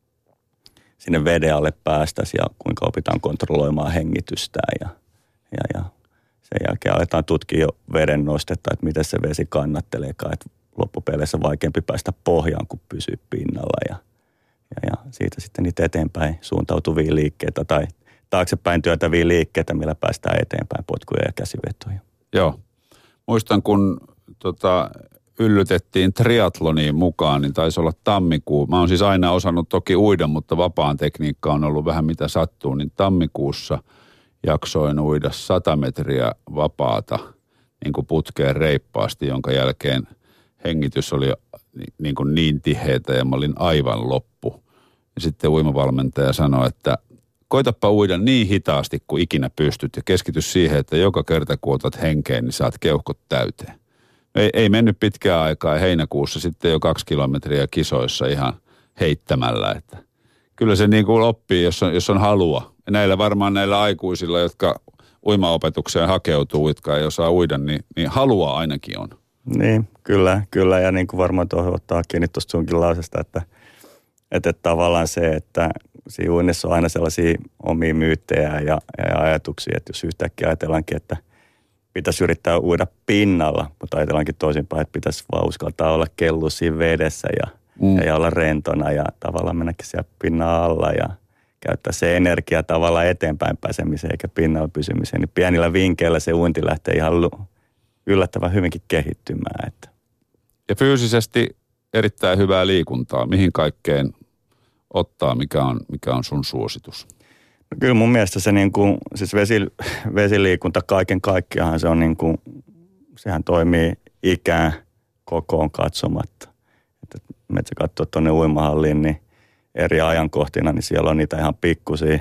sinne veden alle päästäisiin ja kuinka opitaan kontrolloimaan hengitystään. Ja, ja, ja sen jälkeen aletaan tutkia jo veden nostetta, että miten se vesi kannatteleekaan, että loppupeleissä vaikeampi päästä pohjaan, kuin pysyy pinnalla. Ja, ja, ja siitä sitten niitä eteenpäin suuntautuvia liikkeitä tai taaksepäin työtäviä liikkeitä, millä päästään eteenpäin potkuja ja käsivetoja. Joo. Muistan, kun tota, yllytettiin triatloniin mukaan, niin taisi olla tammikuu. Mä oon siis aina osannut toki uida, mutta vapaan tekniikka on ollut vähän mitä sattuu, niin tammikuussa jaksoin uida sata metriä vapaata niin kuin putkeen reippaasti, jonka jälkeen hengitys oli niin, kuin niin tiheätä ja mä olin aivan loppu. Ja sitten uimavalmentaja sanoi, että koitapa uida niin hitaasti kuin ikinä pystyt ja keskity siihen, että joka kerta kun otat henkeen, niin saat keuhkot täyteen. Ei, ei mennyt pitkään aikaa ja heinäkuussa sitten jo kaksi kilometriä kisoissa ihan heittämällä. Että kyllä se niin kuin oppii, jos on, jos on halua. Ja näillä varmaan näillä aikuisilla, jotka uimaopetukseen hakeutuu, jotka ei osaa uida, niin, niin halua ainakin on. Niin, kyllä, kyllä. Ja niin kuin varmaan tuohon ottaa kiinni tuosta sunkin lausesta, että, että tavallaan se, että siinä uinnissa on aina sellaisia omia myyttejä ja, ja ajatuksia, että jos yhtäkkiä ajatellaankin, että pitäisi yrittää uida pinnalla, mutta ajatellaankin toisinpäin, että pitäisi vaan uskaltaa olla kellu siinä vedessä ja, mm. ja olla rentona ja tavallaan mennäkin siellä pinnan alla ja käyttää se energia tavallaan eteenpäin pääsemiseen eikä pinnalla pysymiseen. Niin pienillä vinkkeillä se uinti lähtee ihan yllättävän hyvinkin kehittymään. Että. Ja fyysisesti erittäin hyvää liikuntaa. Mihin kaikkeen ottaa, mikä on, mikä on sun suositus? No kyllä mun mielestä se niin kuin, siis vesi, vesiliikunta kaiken kaikkiaan se on niin kuin, sehän toimii ikään kokoon katsomatta. Että metsä katsoo tuonne uimahalliin, niin eri ajankohtina, niin siellä on niitä ihan pikkusia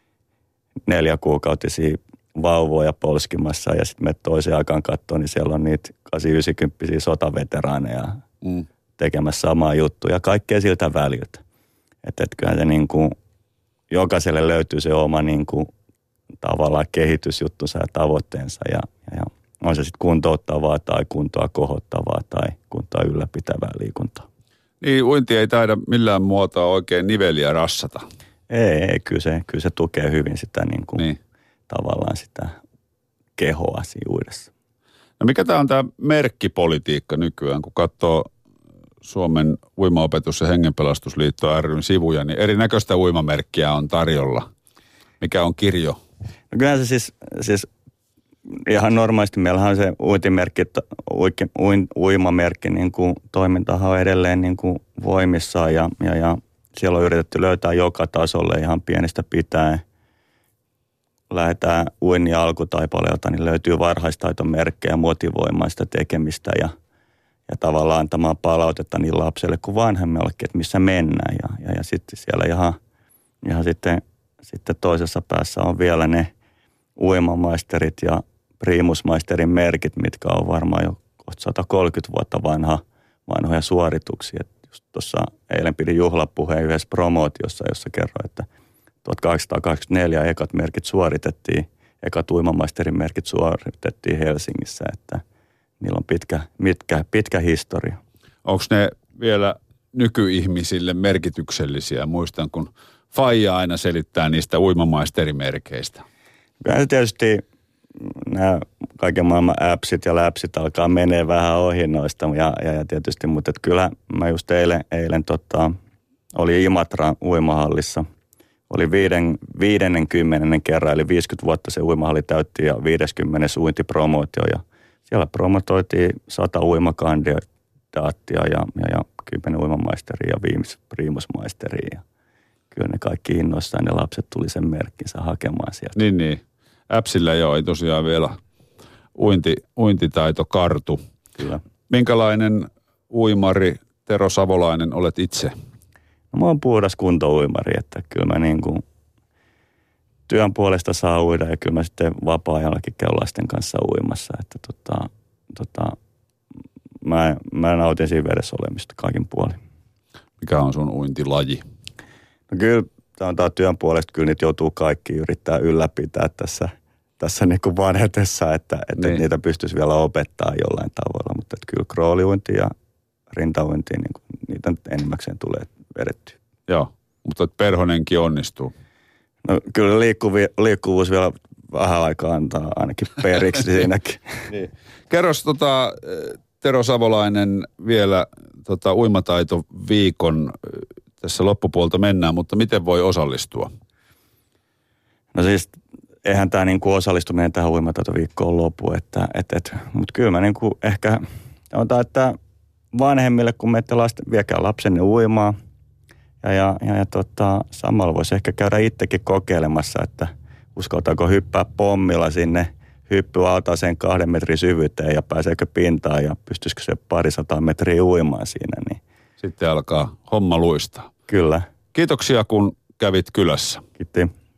neljäkuukautisia vauvoja polskimassa ja sitten me toiseen aikaan katsoa, niin siellä on niitä kahdeksankymmentä sotaveteraaneja mm. tekemässä samaa juttua ja kaikkea siltä väliltä. Että et kyllä se niin kuin, jokaiselle löytyy se oma niin kuin, tavallaan kehitysjuttunsa ja tavoitteensa ja, ja, ja on se sitten kuntouttavaa tai kuntoa kohottavaa tai kuntoa ylläpitävää liikuntaa. Niin, uinti ei taida millään muotoa oikein niveliä rassata. Ei, ei kyllä, se, kyllä se tukee hyvin sitä niin kuin, niin. tavallaan sitä kehoa siinä uidessa. No mikä tämä on tämä merkkipolitiikka nykyään, kun katsoo Suomen uimaopetus- ja hengenpelastusliitto ry:n sivuja, niin erinäköistä uimamerkkiä on tarjolla. Mikä on kirjo? No kyllähän se siis, siis ihan normaalisti meillähän on se uintimerkki, uike, uin, uimamerkki, niin kuin toimintahan on edelleen niin kuin voimissaan ja, ja, ja siellä on yritetty löytää joka tasolle ihan pienestä pitäen. Lähdetään uinnin alkutaipaleelta, niin löytyy varhaistaitomerkkejä, motivoimaista tekemistä ja, ja tavallaan antamaan palautetta niin lapselle kuin vanhemmallekin, että missä mennään. Ja, ja, ja sitten siellä ihan, ihan sitten, sitten toisessa päässä on vielä ne uimamaisterit ja priimusmaisterin merkit, mitkä on varmaan jo sata kolmekymmentä vuotta vanha, vanhoja suorituksia. Et just tuossa eilen pidin juhlapuheen yhdessä promootiossa, jossa kerroin, että tuhatkahdeksansataakahdeksankymmentäneljä ekat merkit suoritettiin, ekat uimamaisterin merkit suoritettiin Helsingissä, että niillä on pitkä, pitkä, pitkä historia. Onko ne vielä nykyihmisille merkityksellisiä? Muistan, kun faija aina selittää niistä uimamaisterimerkeistä. Kyllä tietysti nämä kaiken maailman appsit ja läpsit alkaa menee vähän ohi noista ja, ja, ja tietysti, mutta et kyllä mä just eilen, eilen tota, oli Imatran uimahallissa. Oli viiden, viidennenkymmenennen kerran, eli viisikymmentä vuotta se uimahalli täytti ja viideskymmenes uintipromootio. Ja siellä promotoitiin sata uimakandidaattia ja, ja, ja kymmenen uimamaisteria ja viimis priimusmaisteria. Ja kyllä ne kaikki innoissaan, ne lapset tuli sen merkkinsä hakemaan sieltä. Niin, niin. Appsillä joo, ei tosiaan vielä uinti, uintitaito kartu. Kyllä. Minkälainen uimari Tero Savolainen olet itse? No, mä oon puhdas kuntouimari, että kyllä mä niin kuin työn puolesta saa uida ja kyllä mä sitten vapaa-ajallakin käyn lasten kanssa uimassa. Että tota, tota, mä, mä nautin siinä vedessä olemista kaikin puolin. Mikä on sun uintilaji? No kyllä tämä työn puolesta kyllä niitä joutuu kaikki yrittää ylläpitää tässä, tässä niin kuin vanhetessa, että, että niin. niitä pystyisi vielä opettaa jollain tavalla. Mutta että kyllä krooliuinti ja rintauinti, niin kuin, niitä enimmäkseen tulee vedettyä. Joo, mutta perhonenkin onnistuu. No kyllä liikkuvi, liikkuvuus vielä vähän aikaa antaa ainakin periksi siinäkin. Niin. Kerros tota, Tero Savolainen vielä tota, uimataitoviikon tässä loppupuolta mennään, mutta miten voi osallistua? No siis eihän tämä niinku osallistuminen tähän uimataitoviikkoon lopu, että, et, et, mutta kyllä mä niinku ehkä otan, että vanhemmille kun menette lasten, viekää lapsenne uimaan ja, ja, ja, ja tota, samalla voisi ehkä käydä itsekin kokeilemassa, että uskaltaako hyppää pommilla sinne hyppyaltaaseen kahden metrin syvyyteen ja pääseekö pintaan ja pystyisikö se parisataa metriä uimaan siinä. Niin. Sitten alkaa homma luistaa. Kyllä. Kiitoksia kun kävit kylässä. Kiitos.